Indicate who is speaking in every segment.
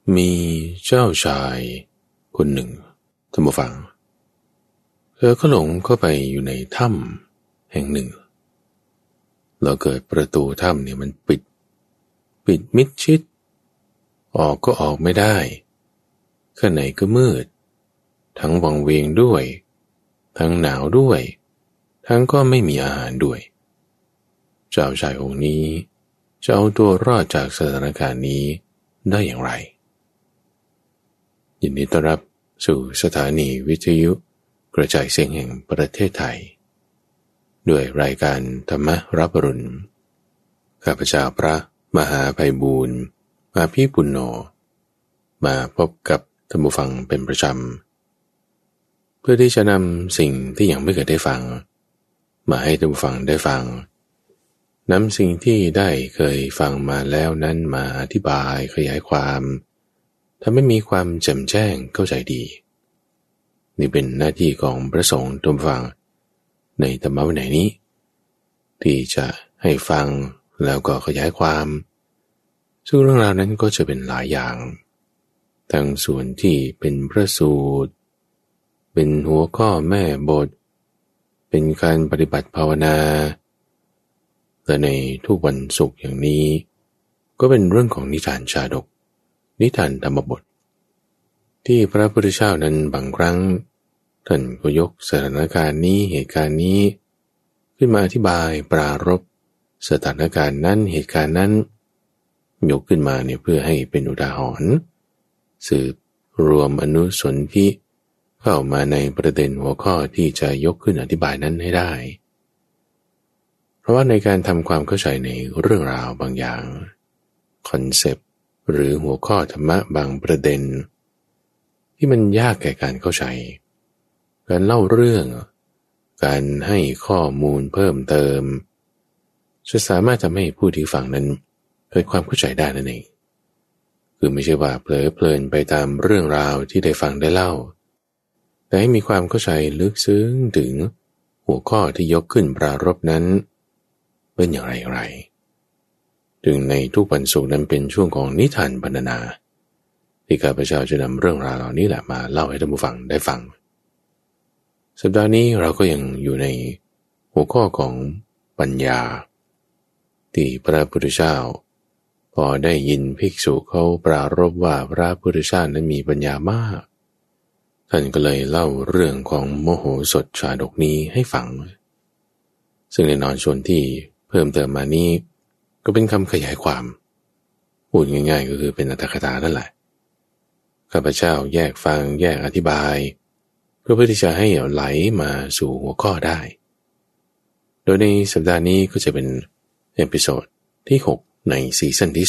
Speaker 1: มีเจ้าชายคนหนึ่งท่านผู้ฟังเธอก็หลงเข้าไปอยู่ในถ้ำแห่งหนึ่งแล้วเกิดประตูถ้ำเนี่ยมันปิดมิดชิดออกก็ออกไม่ได้ข้างในก็มืดทั้งวังเวงด้วยทั้งหนาวด้วยทั้งก็ไม่มีอาหารด้วยเจ้าชายองค์นี้จะเอาตัวรอดจากสถานการณ์นี้ได้อย่างไรยินดีต้อนรับสู่สถานีวิทยุกระจายเสียงแห่งประเทศไทยด้วยรายการธรรมรับอรุณข้าพเจ้าพระมหาไพบูลย์อาภีปุณโญมาพบกับท่านผู้ฟังเป็นประจำเพื่อที่จะนำสิ่งที่ยังไม่เคยได้ฟังมาให้ท่านผู้ฟังได้ฟังนำสิ่งที่ได้เคยฟังมาแล้วนั้นมาอธิบายขยายความทำให้มีความแจ่มแจ้งเข้าใจดีนี่เป็นหน้าที่ของพระสงฆ์ท่านผู้ฟังในธรรมะวินัยนี้ที่จะให้ฟังแล้วก็ขยายความซึ่งเรื่องราวนั้นก็จะเป็นหลายอย่างทั้งส่วนที่เป็นพระสูตรเป็นหัวข้อแม่บทเป็นการปฏิบัติภาวนาและในทุกวันศุกร์อย่างนี้ก็เป็นเรื่องของนิทานชาดกนิทานธรรมบทที่พระพุทธเจ้านั้นบางครั้งท่านก็ยกสถานการณ์นี้เหตุการณ์นี้ขึ้นมาอธิบายปรารภสถานการณ์นั้นเหตุการณ์นั้นยกขึ้นมาเนี่ยเพื่อให้เป็นอุทาหรณ์สืบรวมอนุสนธิเข้ามาในประเด็นหัวข้อที่จะยกขึ้นอธิบายนั้นให้ได้เพราะว่าในการทำความเข้าใจในเรื่องราวบางอย่างคอนเซปต์หรือหัวข้อธรรมะบางประเด็นที่มันยากแก่การเข้าใจการเล่าเรื่องการให้ข้อมูลเพิ่มเติมจะสามารถทำให้ผู้ที่ฟังนั้นเกิดความเข้าใจได้นั่นเองคือไม่ใช่ว่าเพลิดเพลินไปตามเรื่องราวที่ได้ฟังได้เล่าแต่ให้มีความเข้าใจลึกซึ้งถึงหัวข้อที่ยกขึ้นปรารภนั้นเป็นอย่างไรจึงในทุกวันศุกร์นั้นเป็นช่วงของนิทานบรรณนาที่ข้าพเจ้าจะนำเรื่องราวเหล่านี้แหละมาเล่าให้ท่านผู้ฟังได้ฟังสัปดาห์นี้เราก็ยังอยู่ในหัวข้อของปัญญาที่พระพุทธเจ้าพอได้ยินภิกษุเขาปรารภว่าพระพุทธเจ้านั้นมีปัญญามากท่านก็เลยเล่าเรื่องของโมโหสถชาดกนี้ให้ฟังซึ่งในนอนส่วนที่เพิ่มเติมมานี้ก็เป็นคำขยายความพูดง่ายๆก็คือเป็นอรรถกถานั่นแหละข้าพเจ้าแยกฟังแยกอธิบายเพื่อที่จะให้ไหลมาสู่หัวข้อได้โดยในสัปดาห์นี้ก็จะเป็นเอพิโซดที่6ในซีซั่นที่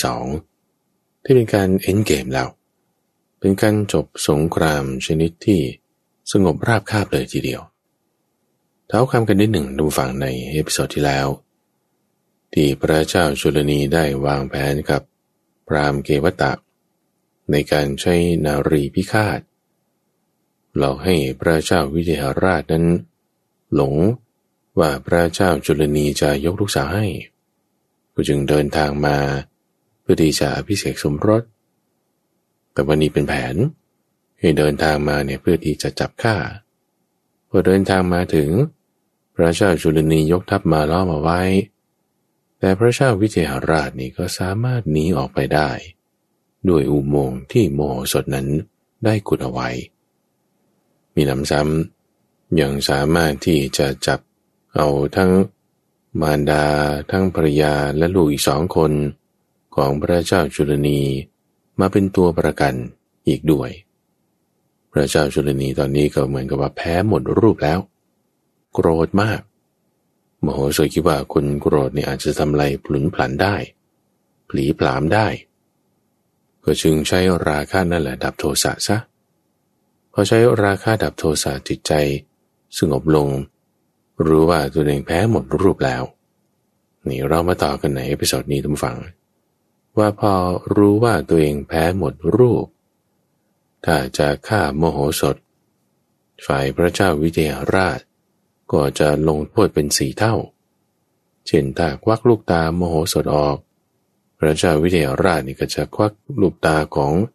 Speaker 1: 2ที่เป็นการเอ็นเกมแล้วเป็นการจบสงครามชนิดที่สงบราบคาบเลยทีเดียวเท้าความกันนิดหนึ่งดูฟังในเอพิโซดที่แล้วที่พระเจ้าจุลนีได้วางแผนกับพราหมณ์เกวตะในการใช้นารีพิฆาตหลอกให้พระเจ้าวิเทหราชนั้นหลงว่าพระเจ้าจุลนีจะยกลูกสาวให้ก็จึงเดินทางมาเพื่อที่จะอภิเษกสมรสแต่วันนี้เป็นแผนให้เดินทางมาเนี่ยเพื่อที่จะจับฆ่าพอเดินทางมาถึงพระเจ้าจุลนียกทัพมาล้อมเอาไว้แต่พระเจ้าวิเทหราชนี่ก็สามารถหนีออกไปได้ด้วยอุโมงค์ที่โมโหสถนั้นได้ขุดเอาไว้มีน้ำซ้ำยังสามารถที่จะจับเอาทั้งมารดาทั้งภรรยาและลูกอีก2 คนของพระเจ้าจุลนีมาเป็นตัวประกันอีกด้วยพระเจ้าจุลนีตอนนี้ก็เหมือนกับว่าแพ้หมดรูปแล้วโกรธมากมโหสถคิดว่าคนโกรธเนี่ยอาจจะทำลายผลุนพลันได้ผลีผลามได้ก็จึงใช้ราคะนั่นแหละดับโทสะซะพอใช้ราคะดับโทสะจิตใจสงบลงรู้ว่าตัวเองแพ้หมดรูปแล้วนี่เรามาต่อกันในเอพิโซดนี้ท่านผู้ฟังว่าพอรู้ว่าตัวเองแพ้หมดรูปถ้าจะฆ่าโมโหสถฝ่ายพระเจ้าวิเทหราชก็จะลงโทษเป็น4 เท่าเช่นถ้าควักลูกตาโมโหสถออกพระเจ้าวิเทหราชนี่ก็จะควักลูกตาของ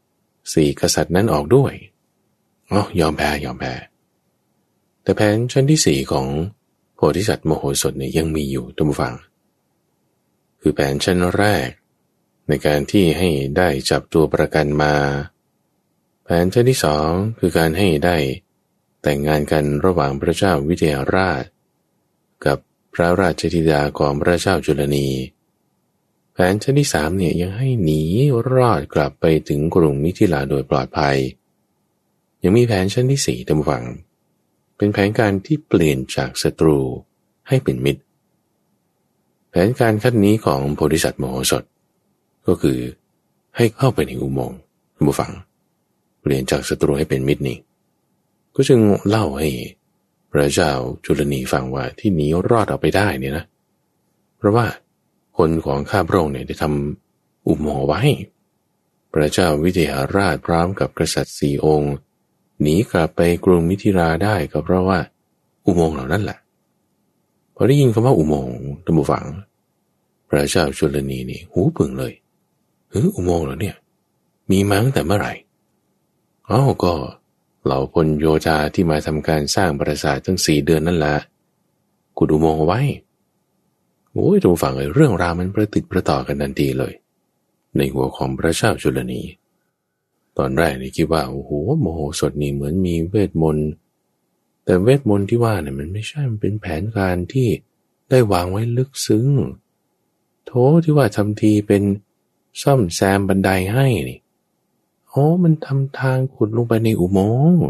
Speaker 1: 4กษัตริย์นั้นออกด้วยยอมแพ้แต่แผนชั้นที่4ของโพธิสัตว์โมโหสถเนี่ยยังมีอยู่ท่านผู้ฟังคือแผนชั้นแรกในการที่ให้ได้จับตัวประกันมาแผนชั้นที่2คือการให้ได้แต่งงานกันระหว่างพระเจ้าวิเทหราชกับพระราชธิดาของพระเจ้าจุลนีแผนชั้นที่3เนี่ยยังให้หนีรอดกลับไปถึงกรุงมิถิลาโดยปลอดภัยยังมีแผนชั้นที่4ท่านผู้ฟังเป็นแผนการที่เปลี่ยนจากศัตรูให้เป็นมิตรแผนการขั้นนี้ของโพธิสัตว์โมโหสถก็คือให้เข้าไปในอุโมงค์ท่านผู้ฟังเปลี่ยนจากศัตรูให้เป็นมิตรนี่ก็จึงเล่าให้พระเจ้าจุลนีฟังว่าที่หนีรอดออกไปได้เนี่ยนะเพราะว่าคนของข้าพระองค์เนี่ยได้ทำอุโมงค์ไว้พระเจ้าวิเทหราชพร้อมกับกษัตริย์4องค์หนีกลับไปกรุงมิถิลาได้ก็เพราะว่าอุโมงค์เหล่านั้นแหละพอได้ยินคำว่าอุโมงค์ท่านผู้ฟังพระเจ้าจุลนีนี่หูผึ่งเลยอุโมงค์เหรอเนี่ยมีมาตั้งแต่เมื่อไหร่ก็เหล่าพลโยธาที่มาทำการสร้างปราสาททั้ง4 เดือนนั่นแหละขุดอุโมงค์เอาไว้ท่านผู้ฟังเรื่องราวมันประติดประต่อกันทันทีเลยในหัวของพระเจ้าจุลนีตอนแรกนี่คิดว่าโมโหสถนี่เหมือนมีเวทมนต์แต่เวทมนต์ที่ว่าเนี่ยมันไม่ใช่มันเป็นแผนการที่ได้วางไว้ลึกซึ้งที่ว่าทำทีเป็นซ่อมแซมบันไดให้นี่มันทำทางขุดลงไปในอุโมงค์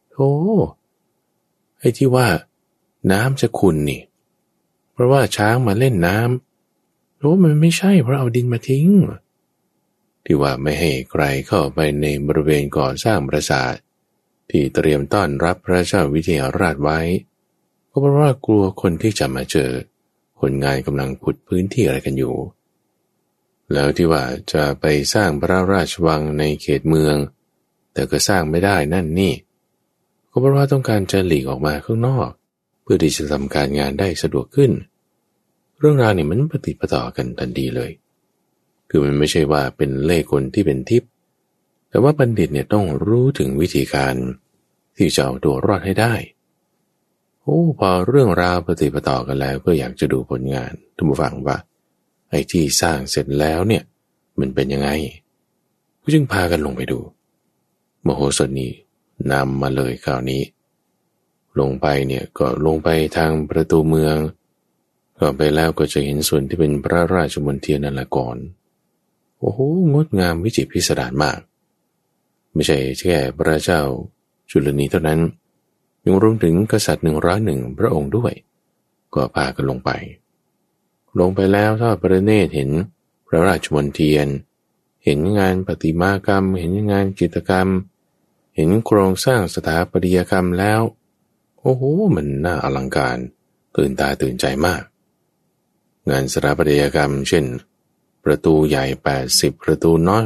Speaker 1: ไอ้ที่ว่าน้ำจะขุ่นนี่เพราะว่าช้างมาเล่นน้ำมันไม่ใช่เพราะเอาดินมาทิ้งที่ว่าไม่ให้ใครเข้าไปในบริเวณก่อสร้างปราสาทที่เตรียมต้อนรับพระเจ้าวิเทหราชไว้ก็เพราะว่ากลัวคนที่จะมาเจอคนงานกำลังขุดพื้นที่อะไรกันอยู่แล้วที่ว่าจะไปสร้างพระราชวังในเขตเมืองแต่ก็สร้างไม่ได้นั่นนี่ก็เพราะว่าต้องการจะหลีกออกมาข้างนอกเพื่อที่จะทำการงานได้สะดวกขึ้นเรื่องราวนี่มันปฏิปต่อกันทันทีเลยคือมันไม่ใช่ว่าเป็นเล่ห์กลที่เป็นทิพย์แต่ว่าบัณฑิตเนี่ยต้องรู้ถึงวิธีการที่จะเอาตัวรอดให้ได้พอเรื่องราวปฏิปต่อกันแล้วก็อยากจะดูผลงานท่านผู้ฟังว่าไอ้ที่สร้างเสร็จแล้วเนี่ยมันเป็นยังไงก็จึงพากันลงไปดูโมโหสถนี่นำมาเลยคราวนี้ลงไปเนี่ยก็ลงไปทางประตูเมืองก็ไปแล้วก็จะเห็นส่วนที่เป็นพระราชมณฑลนั่นแหละก่อนงดงามวิจิตรพิสดารมากไม่ใช่แค่พระเจ้าจุลนีเท่านั้นยังรวมถึงกษัตริย์101พระองค์ด้วยก็พากันลงไปแล้วถ้าประเนตรเห็นพระราชมณฑลเห็นงานประติมากรรมเห็นงานจิตรกรรมเห็นโครงสร้างสถาปัตยกรรมแล้วมันน่าอลังการตื่นตาตื่นใจมากงานสถาปัตยกรรมเช่นประตูใหญ่80ประตูน้อย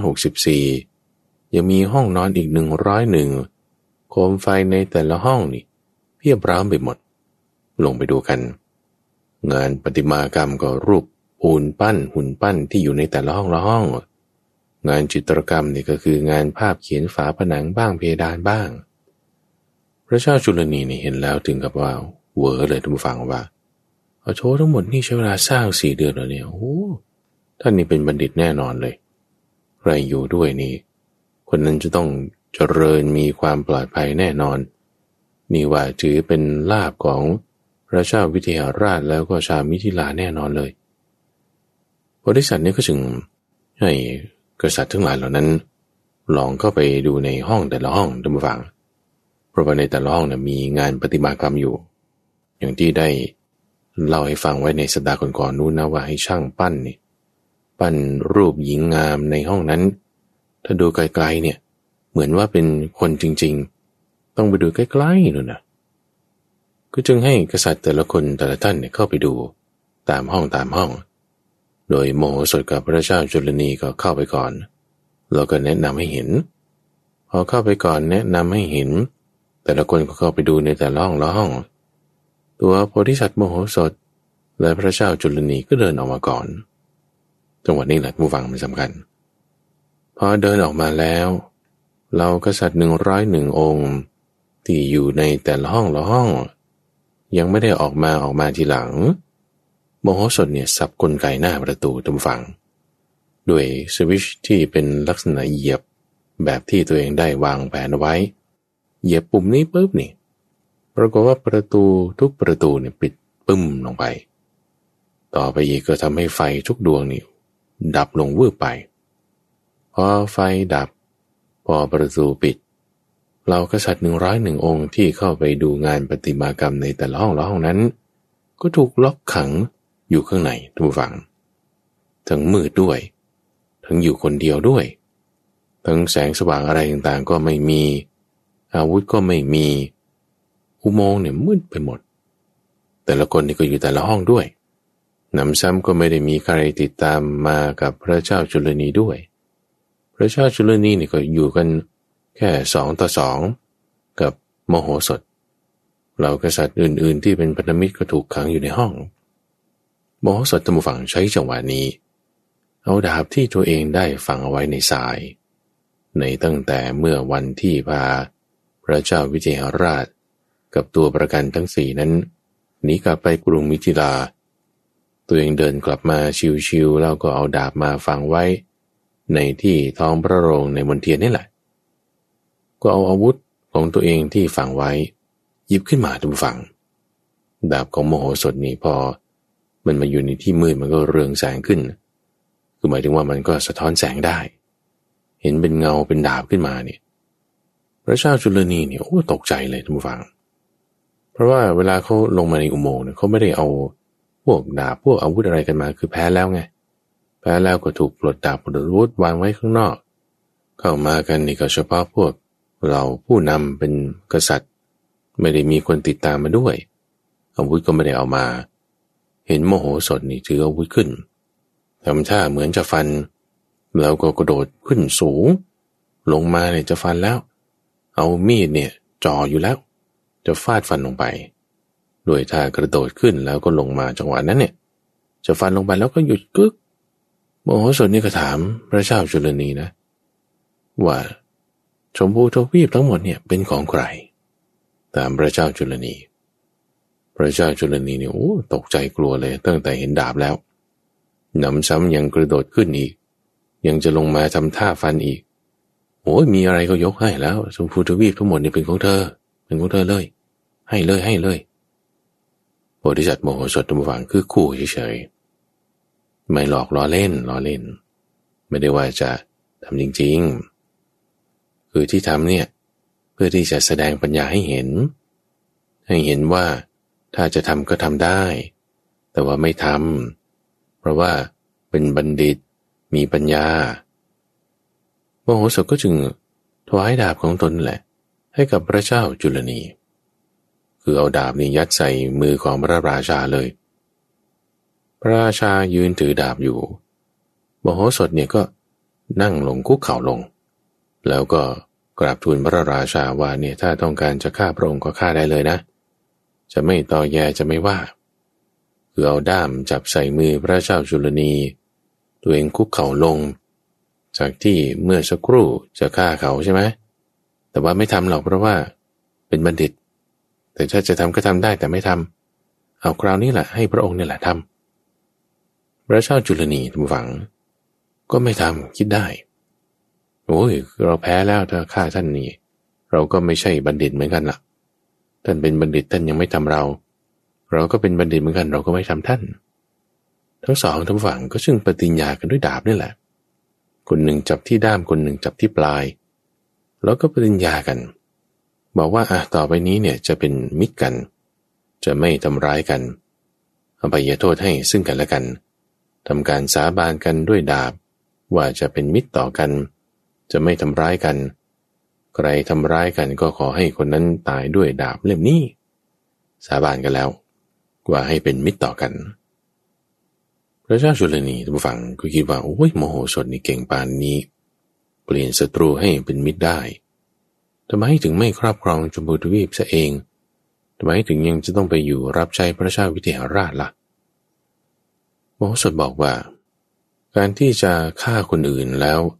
Speaker 1: 64ยังมีห้องนอนอีก101โคมไฟในแต่ละห้องนี่เพียบพร้อมไปหมดลงไปดูกันงานประติมากรรมก็รูปหุ่นปั้นที่อยู่ในแต่ละห้องละห้องงานจิตรกรรมนี่ก็คืองานภาพเขียนฝาผนังบ้างเพดานบ้างพระเจ้าจุลนีนี่เห็นแล้วถึงกับว่าเวอเลยท่านผู้ฟังว่าทั้งหมดนี่ใช้เวลาสร้าง4 เดือนแล้วเนี่ยท่านนี่เป็นบัณฑิตแน่นอนเลยใครอยู่ด้วยนี่คนนั้นจะต้องเจริญมีความปลอดภัยแน่นอนนี่ว่าถือเป็นลาภของพระเจ้าวิเทหราชแล้วก็ชาวมิถิลาแน่นอนเลยบริษัทนี้ก็จึงให้กษัตริย์ทั้งหลายเหล่านั้นลองเข้าไปดูในห้องแต่ละห้องท่านผู้ฟังเพราะว่าในแต่ละห้องมีงานประติมากรรมอยู่อย่างที่ได้เล่าให้ฟังไว้ในสัปดาห์ก่อนๆนู้นนะว่าให้ช่างปั้นรูปหญิงงามในห้องนั้นถ้าดูไกลๆเนี่ยเหมือนว่าเป็นคนจริงๆต้องไปดูใกล้ๆนู่นนะก็จึงให้กษัตริย์แต่ละคนแต่ละท่านเนี่ยเข้าไปดูตามห้องโดยโมโหสถกับพระเจ้าจุลนีก็เข้าไปก่อนแล้วก็แนะนำให้เห็นพอเข้าไปก่อนแนะนำให้เห็นแต่ละคนก็เข้าไปดูในแต่ละห้องตัวโพธิสัตว์โมโหสถและพระเจ้าจุลนีก็เดินออกมาก่อนจังหวะนี้แหละผู้ฟังมันสำคัญพอเดินออกมาแล้วเรากษัตริย์101องค์ที่อยู่ในแต่ละห้องละห้องยังไม่ได้ออกมาทีหลังโมโหสถเนี่ยสับกลไกหน้าประตูตรงฝั่งด้วยสวิตช์ที่เป็นลักษณะเหยียบแบบที่ตัวเองได้วางแผนเอาไว้เหยียบปุ่มนี้ปุ๊บนี่ปรากฏว่าประตูทุกประตูเนี่ยปิดปึ้มลงไปต่อไปอีกก็ทำให้ไฟทุกดวงนี่ดับลงวืบไปพอไฟดับพอประตูปิดเรากษัตริย์101องค์ที่เข้าไปดูงานประติมากรรมในแต่ละห้องละห้องนั้นก็ถูกล็อกขังอยู่ข้างในทุกฝั่งทั้งมืดด้วยทั้งอยู่คนเดียวด้วยทั้งแสงสว่างอะไรต่างๆก็ไม่มีอาวุธก็ไม่มีอุโมงค์เนี่ยมืดไปหมดแต่ละคนนี่ก็อยู่แต่ละห้องด้วยหนำซ้ำก็ไม่ได้มีใครติดตามมากับพระเจ้าจุลนีด้วยพระเจ้าจุลนีนี่ก็อยู่กันแค่2-2กับมโหสถเหล่ากษัตริย์อื่นๆที่เป็นพันธมิตรก็ถูกขังอยู่ในห้องมโหสถตะมุฝั่งใช้จังหวะนี้เอาดาบที่ตัวเองได้ฝังเอาไว้ในทรายในตั้งแต่เมื่อวันที่พาพระเจ้าวิเทหราชกับตัวประกันทั้ง4นั้นหนีกลับไปกรุงมิถิลาตัวเองเดินกลับมาชิวๆแล้วก็เอาดาบมาฝังไว้ในที่ท้องพระโรงในมณฑลนี่แหละก็เอาอาวุธของตัวเองที่ฝังไว้หยิบขึ้นมาดูฝังดาบของโมโหสถนี่พอมันมาอยู่ในที่มืดมันก็เรืองแสงขึ้นคือหมายถึงว่ามันก็สะท้อนแสงได้เห็นเป็นเงาเป็นดาบขึ้นมาเนี่ยพระเจ้าจุลนีเนี่ยโอ้ตกใจเลยท่านผู้ฟังเพราะว่าเวลาเขาลงมาในอุโมงค์เนี่ยเขาไม่ได้เอาพวกดาบพวกอาวุธอะไรกันมาคือแพ้แล้วไงแพ้แล้วก็ถูกปลดดาบปลดอาวุธวางไว้ข้างนอกเข้ามากันนี่ก็เฉพาะพวกเราผู้นำเป็นกษัตริย์ไม่ได้มีคนติดตามมาด้วยอาวุธก็ไม่ได้เอามาเห็นโมโหสถนี่ถืออาวุธขึ้นทำท่าเหมือนจะฟันแล้วก็กระโดดขึ้นสูงลงมาเนี่ยจะฟันแล้วเอามีดเนี่ยจ่ออยู่แล้วจะฟาดฟันลงไปโดยท่ากระโดดขึ้นแล้วก็ลงมาจังหวะนั้นเนี่ยจะฟันลงไปแล้วก็หยุดกึกโมโหสถนี่ก็ถามพระเจ้าจุลนีนะว่าชมพูทวีปทั้งหมดเนี่ยเป็นของใครตามพระเจ้าจุลนีพระเจ้าจุลนีเนี่ยโอ้ตกใจกลัวเลยตั้งแต่เห็นดาบแล้วหนำซ้ำยังกระโดดขึ้นอีกยังจะลงมาทำท่าฟันอีกโอ้ยมีอะไรก็ยกให้แล้วชมพูทวีปทั้งหมดนี่เป็นของเธอเป็นของเธอเลยให้เลยโพธิสัตว์โมโหสถทุกฝั่งคือขู่เฉยๆไม่หลอกล้อเล่นไม่ได้ว่าจะทำจริงๆคือที่ทำเนี่ยเพื่อที่จะแสดงปัญญาให้เห็นว่าถ้าจะทำก็ทำได้แต่ว่าไม่ทำเพราะว่าเป็นบัณฑิตมีปัญญาโมโหสถก็จึงถวายดาบของตนแหละให้กับพระเจ้าจุลนีคือเอาดาบนี้ยัดใส่มือของพระราชาเลยพระราชายืนถือดาบอยู่โมโหสถเนี่ยก็นั่งลงคุกเข่าลงแล้วก็กราบทูลพระราชาว่าเนี่ยถ้าต้องการจะฆ่าพระองค์ก็ฆ่าได้เลยนะจะไม่ตอแยจะไม่ว่าคือเอาด้ามจับใส่มือพระเจ้าจุลนีตัวเองคุกเข่าลงจากที่เมื่อสักครู่จะฆ่าเขาใช่ไหมแต่ว่าไม่ทำหรอกเพราะว่าเป็นบัณฑิตแต่ถ้าจะทำก็ทำได้แต่ไม่ทำเอาคราวนี้แหละให้พระองค์นี่แหละทำพระเจ้าจุลนีทุกฝังก็ไม่ทำคิดได้โอ้ยเราแพ้แล้วถ้าฆ่าท่านนี่เราก็ไม่ใช่บัณฑิตเหมือนกันล่ะท่านเป็นบัณฑิตท่านยังไม่ทำเราก็เป็นบัณฑิตเหมือนกันเราก็ไม่ทำท่านทั้งสองทั้งฝั่งก็ซึ่งปฏิญญากันด้วยดาบนี่แหละคนหนึ่งจับที่ด้ามคนหนึ่งจับที่ปลายแล้วก็ปฏิญญากันบอกว่าต่อไปนี้เนี่ยจะเป็นมิตรกันจะไม่ทำร้ายกันอภัยโทษให้ซึ่งกันและกันทำการสาบานกันด้วยดาบว่าจะเป็นมิตรต่อกันจะไม่ทำร้ายกันใครทำร้ายกันก็ขอให้คนนั้นตายด้วยดาบเล่มนี้สาบานกันแล้วว่าให้เป็นมิตรต่อกันพระเจ้าจุลนีท่านผู้ฟังก็คิดว่าโอ้ยโมโหสถนี่เก่งปานนี้เปลี่ยนศัตรูให้เป็นมิตรได้ทำไมถึงไม่ครอบครองชมพูทวีปซะเองทำไมถึงยังจะต้องไปอยู่รับใช้พระเจ้าวิเทหราชล่ะโมโหสถบอกว่าการที่จะฆ่าคนอื่นแล้ว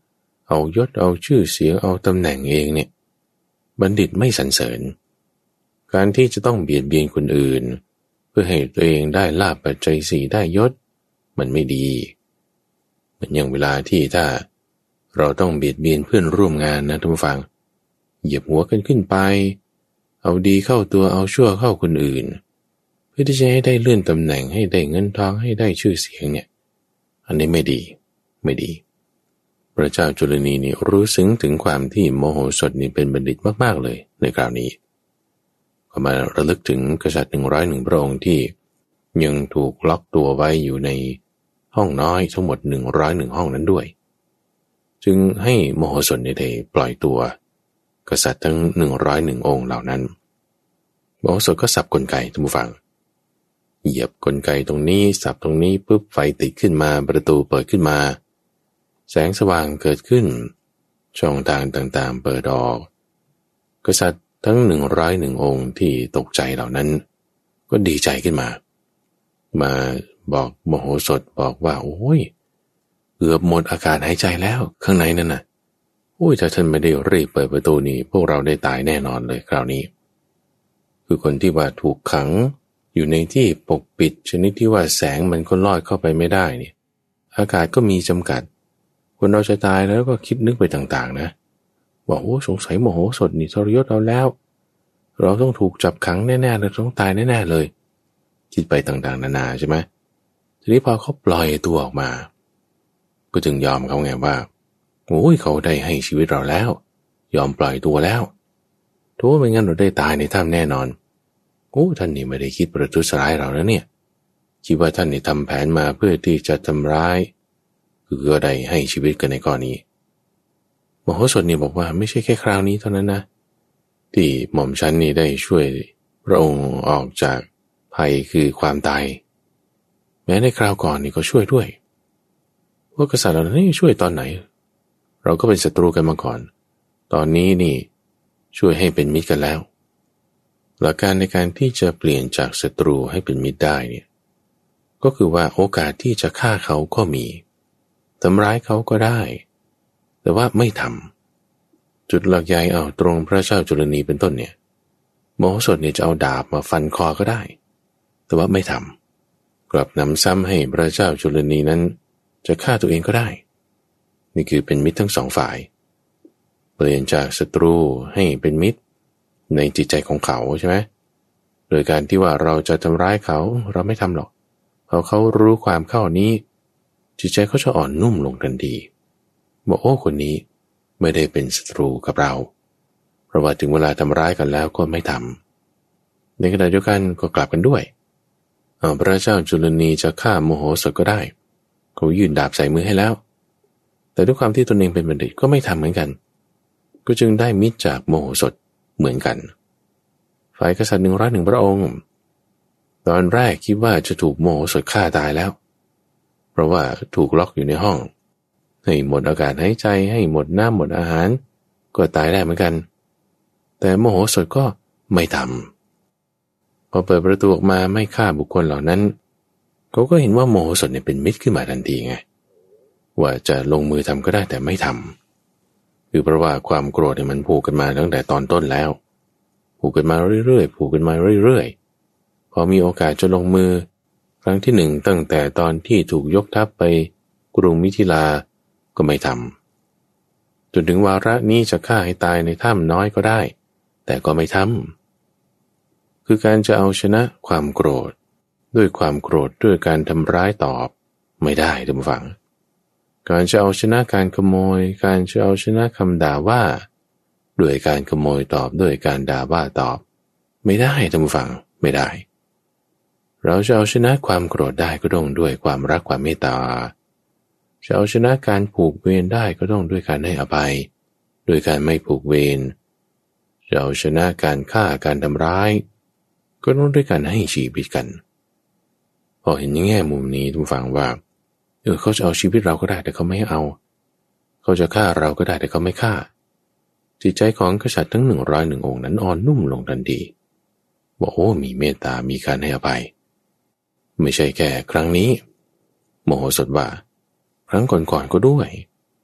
Speaker 1: เอายศเอาชื่อเสียงเอาตำแหน่งเองเนี่ยบัณฑิตไม่สรรเสริญการที่จะต้องเบียดเบียนคนอื่นเพื่อให้ตัวเองได้ลาภปัจจัยสี่ได้ยศมันไม่ดีเหมือนอย่างเวลาที่ถ้าเราต้องเบียดเบียนเพื่อนร่วมงานนะท่านผู้ฟังเหยียบหัวกันขึ้นไปเอาดีเข้าตัวเอาชั่วเข้าคนอื่นเพื่อที่จะให้ได้เลื่อนตำแหน่งให้ได้เงินทองให้ได้ชื่อเสียงเนี่ยอันนี้ไม่ดีไม่ดีพระเจ้าจุลนีนี่รู้ซึ้งถึงความที่โมโหสถนี่เป็นบัณฑิตมากๆเลยในคราวนี้ก็มาระลึกถึงกษัตริย์101พระองค์ที่ยังถูกล็อกตัวไว้อยู่ในห้องน้อยทั้งหมด101ห้องนั้นด้วยจึงให้โมโหสถได้ปล่อยตัวกษัตริย์ทั้ง101องค์เหล่านั้นโมโหสถก็สับกลไกท่านผู้ฟังเหยียบกลไกตรงนี้สับตรงนี้ปุ๊บไฟติดขึ้นมาประตูเปิดขึ้นมาแสงสว่างเกิดขึ้นช่องทางต่างๆเปิดออกกษัตริย์ทั้ง101องค์ที่ตกใจเหล่านั้นก็ดีใจขึ้นมาบอกโมโหสถบอกว่าโอ้ยเกือบหมดอากาศหายใจแล้วข้างในนั่นน่ะโอ้ยถ้าท่านไม่ได้รีบเปิดประตูนี้พวกเราได้ตายแน่นอนเลยคราวนี้คือคนที่ว่าถูกขังอยู่ในที่ปกปิดชนิดที่ว่าแสงมันก็ลอดเข้าไปไม่ได้เนี่ยอากาศก็มีจำกัดคนเราจะตายแล้วก็คิดนึกไปต่างๆนะว่าโอ้สงสัยโมโหสถนี่ทรยศเราแล้วเราต้องถูกจับขังแน่ๆเราต้องตายแน่ๆเลยคิดไปต่างๆนานาใช่ไหมทีนี้พอเขาปล่อยตัวออกมาก็จึงยอมเขาไงว่าโอ้ยเขาได้ให้ชีวิตเราแล้วยอมปล่อยตัวแล้วถ้าไม่งั้นเราได้ตายในถ้ำแน่นอนโอ้ท่านนี่ไม่ได้คิดประทุษร้ายเราแล้วเนี่ยคิดว่าท่านนี่ทำแผนมาเพื่อที่จะทำร้ายคือก็ได้ให้ชีวิตกันในข้อนี้มโหสถนี่บอกว่าไม่ใช่แค่คราวนี้เท่านั้นนะที่หม่อมฉันนี่ได้ช่วยพระองค์ออกจากภัยคือความตายแม้ในคราวก่อนนี่ก็ช่วยด้วยพวกกษัตริย์เหล่านั้นนี่ช่วยตอนไหนเราก็เป็นศัตรูกันมาก่อนตอนนี้นี่ช่วยให้เป็นมิตรกันแล้วหลักการในการที่จะเปลี่ยนจากศัตรูให้เป็นมิตรได้เนี่ยก็คือว่าโอกาสที่จะฆ่าเขาก็มีทำร้ายเขาก็ได้แต่ว่าไม่ทำจุดหลักใหญ่เอาตรงพระเจ้าจุลนีเป็นต้นเนี่ยโมโหสถเนี่ยจะเอาดาบมาฟันคอก็ได้แต่ว่าไม่ทำกลับนำซ้ำให้พระเจ้าจุลนีนั้นจะฆ่าตัวเองก็ได้นี่คือเป็นมิตรทั้งสองฝ่ายเปลี่ยนจากศัตรูให้เป็นมิตรในจิตใจของเขาใช่ไหมโดยการที่ว่าเราจะทำร้ายเขาเราไม่ทำหรอกพอเขารู้ความเข้านี้จิตใจเขาจะอ่อนนุ่มลงทันทีบอกโอ้คนนี้ไม่ได้เป็นศัตรูกับเราเพราะว่าถึงเวลาทำร้ายกันแล้วก็ไม่ทำในขณะเดียวกันก็กลับกันด้วยพระเจ้าจุลนีจะฆ่าโมโหสถก็ได้เขายื่นดาบใส่มือให้แล้วแต่ด้วยความที่ตนเองเป็นบัณฑิตก็ไม่ทำเหมือนกันก็จึงได้มิตรจากโมโหสถเหมือนกันฝ่ายกษัตริย์101พระองค์ตอนแรกคิดว่าจะถูกโมโหสถฆ่าตายแล้วเพราะว่าถูกล็อกอยู่ในห้องให้หมดอากาศหายใจให้หมดน้ำหมดอาหารก็ตายได้เหมือนกันแต่โมโหสถก็ไม่ทำพอเปิดประตูออกมาไม่ฆ่าบุคคลเหล่านั้นเขาก็เห็นว่าโมโหสถเนี่ยเป็นมิตรขึ้นมาทันทีไงว่าจะลงมือทำก็ได้แต่ไม่ทำคือเพราะว่าความโกรธเนี่ยมันผูกกันมาตั้งแต่ตอนต้นแล้วผูกกันมาเรื่อยๆผูกกันมาเรื่อยๆพอมีโอกาสจะลงมือครั้งที่1ตั้งแต่ตอนที่ถูกยกทัพไปกรุงมิถิลาก็ไม่ทำจนถึงวาระนี้จะฆ่าให้ตายในถ้ำน้อยก็ได้แต่ก็ไม่ทำคือการจะเอาชนะความโกรธด้วยความโกรธด้วยการทำร้ายตอบไม่ได้ท่านผู้ฟังการจะเอาชนะการขโมยการจะเอาชนะคำด่าว่าด้วยการขโมยตอบด้วยการด่าว่าตอบไม่ได้ท่านผู้ฟังไม่ได้เราจะเอาชนะความโกรธได้ก็ต้องด้วยความรักความเมตตาจะเอาชนะการผูกเวรได้ก็ต้องด้วยการให้อภัยด้วยการไม่ผูกเวรจะเอาชนะการฆ่าการทำร้ายก็ต้องด้วยการให้ชีวิตกันพอเห็นในแง่มุมนี้ทุกฝั่งว่าเขาจะเอาชีวิตเราก็ได้แต่เขาไม่เอาเขาจะฆ่าเราก็ได้แต่เขาไม่ฆ่าจิตใจของกษัตริย์ทั้ง101องค์นั้นอ่อนนุ่มลงทันทีบอกโอ้มีเมตตามีการให้อภัยไม่ใช่แค่ครั้งนี้โมโหสถว่าครั้งก่อนๆก็ด้วย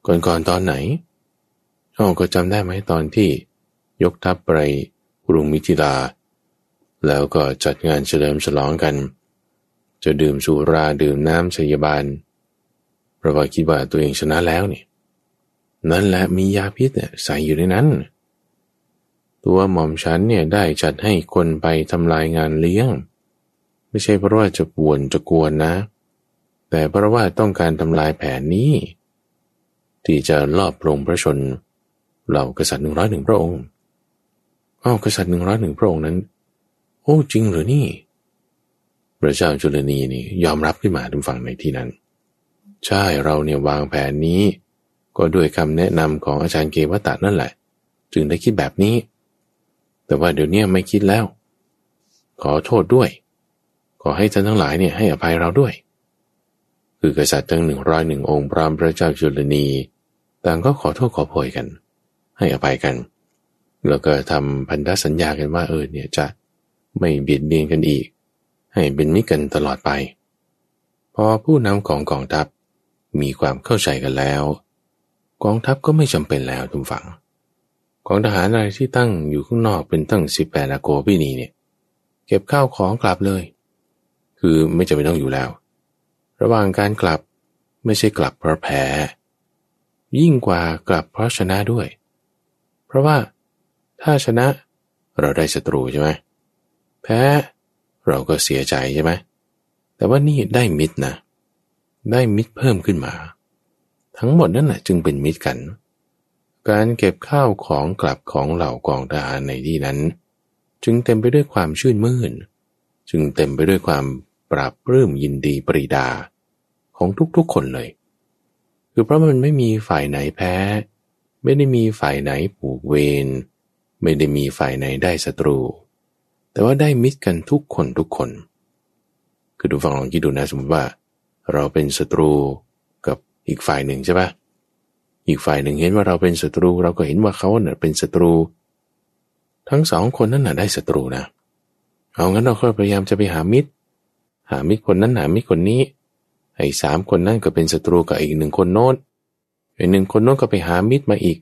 Speaker 1: ก่อนตอนไหนก็จำได้ไหมตอนที่ยกทัพไปกรุงมิถิลาแล้วก็จัดงานเฉลิมฉลองกันจะดื่มสุราดื่มน้ำชัยบาลเพราะว่าคิดว่าตัวเองชนะแล้วนี่นั่นแหละมียาพิษเนี่ยใส่อยู่ในนั้นตัวหม่อมฉันเนี่ยได้จัดให้คนไปทำลายงานเลี้ยงไม่ใช่เพราะว่าจะป่วนจะกวนนะแต่เพราะว่าต้องการทำลายแผนนี้ที่จะลอบปลงพระชนเหล่ากษัตริย์101พระองค์กษัตริย์101พระองค์นั้นโอ้จริงหรือนี่พระเจ้าจุลนีนี่ยอมรับขึ้นมาทุกฝั่งในที่นั้นใช่เราเนี่ยวางแผนนี้ก็ด้วยคำแนะนำของอาจารย์เกวัตตะนั่นแหละจึงได้คิดแบบนี้แต่ว่าเดี๋ยวนี้ไม่คิดแล้วขอโทษด้วยขอให้ท่านทั้งหลายเนี่ยให้อภัยเราด้วยคือกษัตริย์ทั้ง101องค์พร้อมพระเจ้าจุลนีต่างก็ขอโทษขอโพยกันให้อภัยกันแล้วก็ทำพันธสัญญากันว่าเนี่ยจะไม่เบียดเบียนกันอีกให้เป็นมิตรกันตลอดไปพอผู้นำของกองทัพมีความเข้าใจกันแล้วกองทัพก็ไม่จำเป็นแล้วทุกฝั่งของทหารอะไรที่ตั้งอยู่ข้างนอกเป็นตั้ง18 อโกพินีเนี่ยเก็บข้าวของกลับเลยคือไม่จำเป็นต้องอยู่แล้วระหว่างการกลับไม่ใช่กลับเพราะแพ้ยิ่งกว่ากลับเพราะชนะด้วยเพราะว่าถ้าชนะเราได้ศัตรูใช่ไหมแพ้เราก็เสียใจใช่ไหมแต่ว่านี่ได้มิตรนะได้มิตรเพิ่มขึ้นมาทั้งหมดนั่นแหละจึงเป็นมิตรกันการเก็บข้าวของกลับของเหล่ากองทหารในที่นั้นจึงเต็มไปด้วยความชื่นมื่นจึงเต็มไปด้วยความปราบปลื้มยินดีปรีดาของทุกๆคนเลยคือเพราะมันไม่มีฝ่ายไหนแพ้ไม่ได้มีฝ่ายไหนผูกเวรไม่ได้มีฝ่ายไหนได้ศัตรูแต่ว่าได้มิตรกันทุกคนคือดูฟังลองคิดดูนะสมมติว่าเราเป็นศัตรูกับอีกฝ่ายหนึ่งใช่ปะอีกฝ่ายหนึ่งเห็นว่าเราเป็นศัตรูเราก็เห็นว่าเขาเนี่ยเป็นศัตรูทั้งสองคนนั้นน่ะได้ศัตรูนะเอางั้นเราก็พยายามจะไปหามิตรคนนั้นหามิตรคนนี้ไอ้3 คนนั้นก็เป็นศัตรูกับอีก1 คนโน้นไอ้1 คนโน้นก็ไปหามิตรมาอีก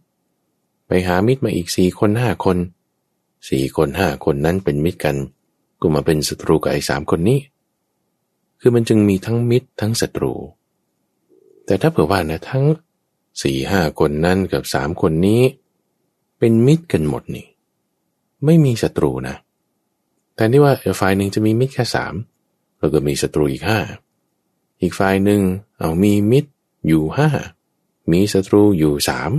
Speaker 1: 4 คน5 คน4 คน5 คนนั้นเป็นมิตรกันก็มาเป็นศัตรูกับไอ้3 คนนี้คือมันจึงมีทั้งมิตรทั้งศัตรูแต่ถ้าเผื่อว่านะทั้ง4-5 คนนั้นกับ3 คนนี้เป็นมิตรกันหมดนี่ไม่มีศัตรูนะแต่ที่ว่าฝ่ายหนึ่งจะมีมิตรแค่3แล้วก็มีศัตรูอีก5อีกฝ่ายหนึ่งมีมิตรอยู่5มีศัตรูอยู่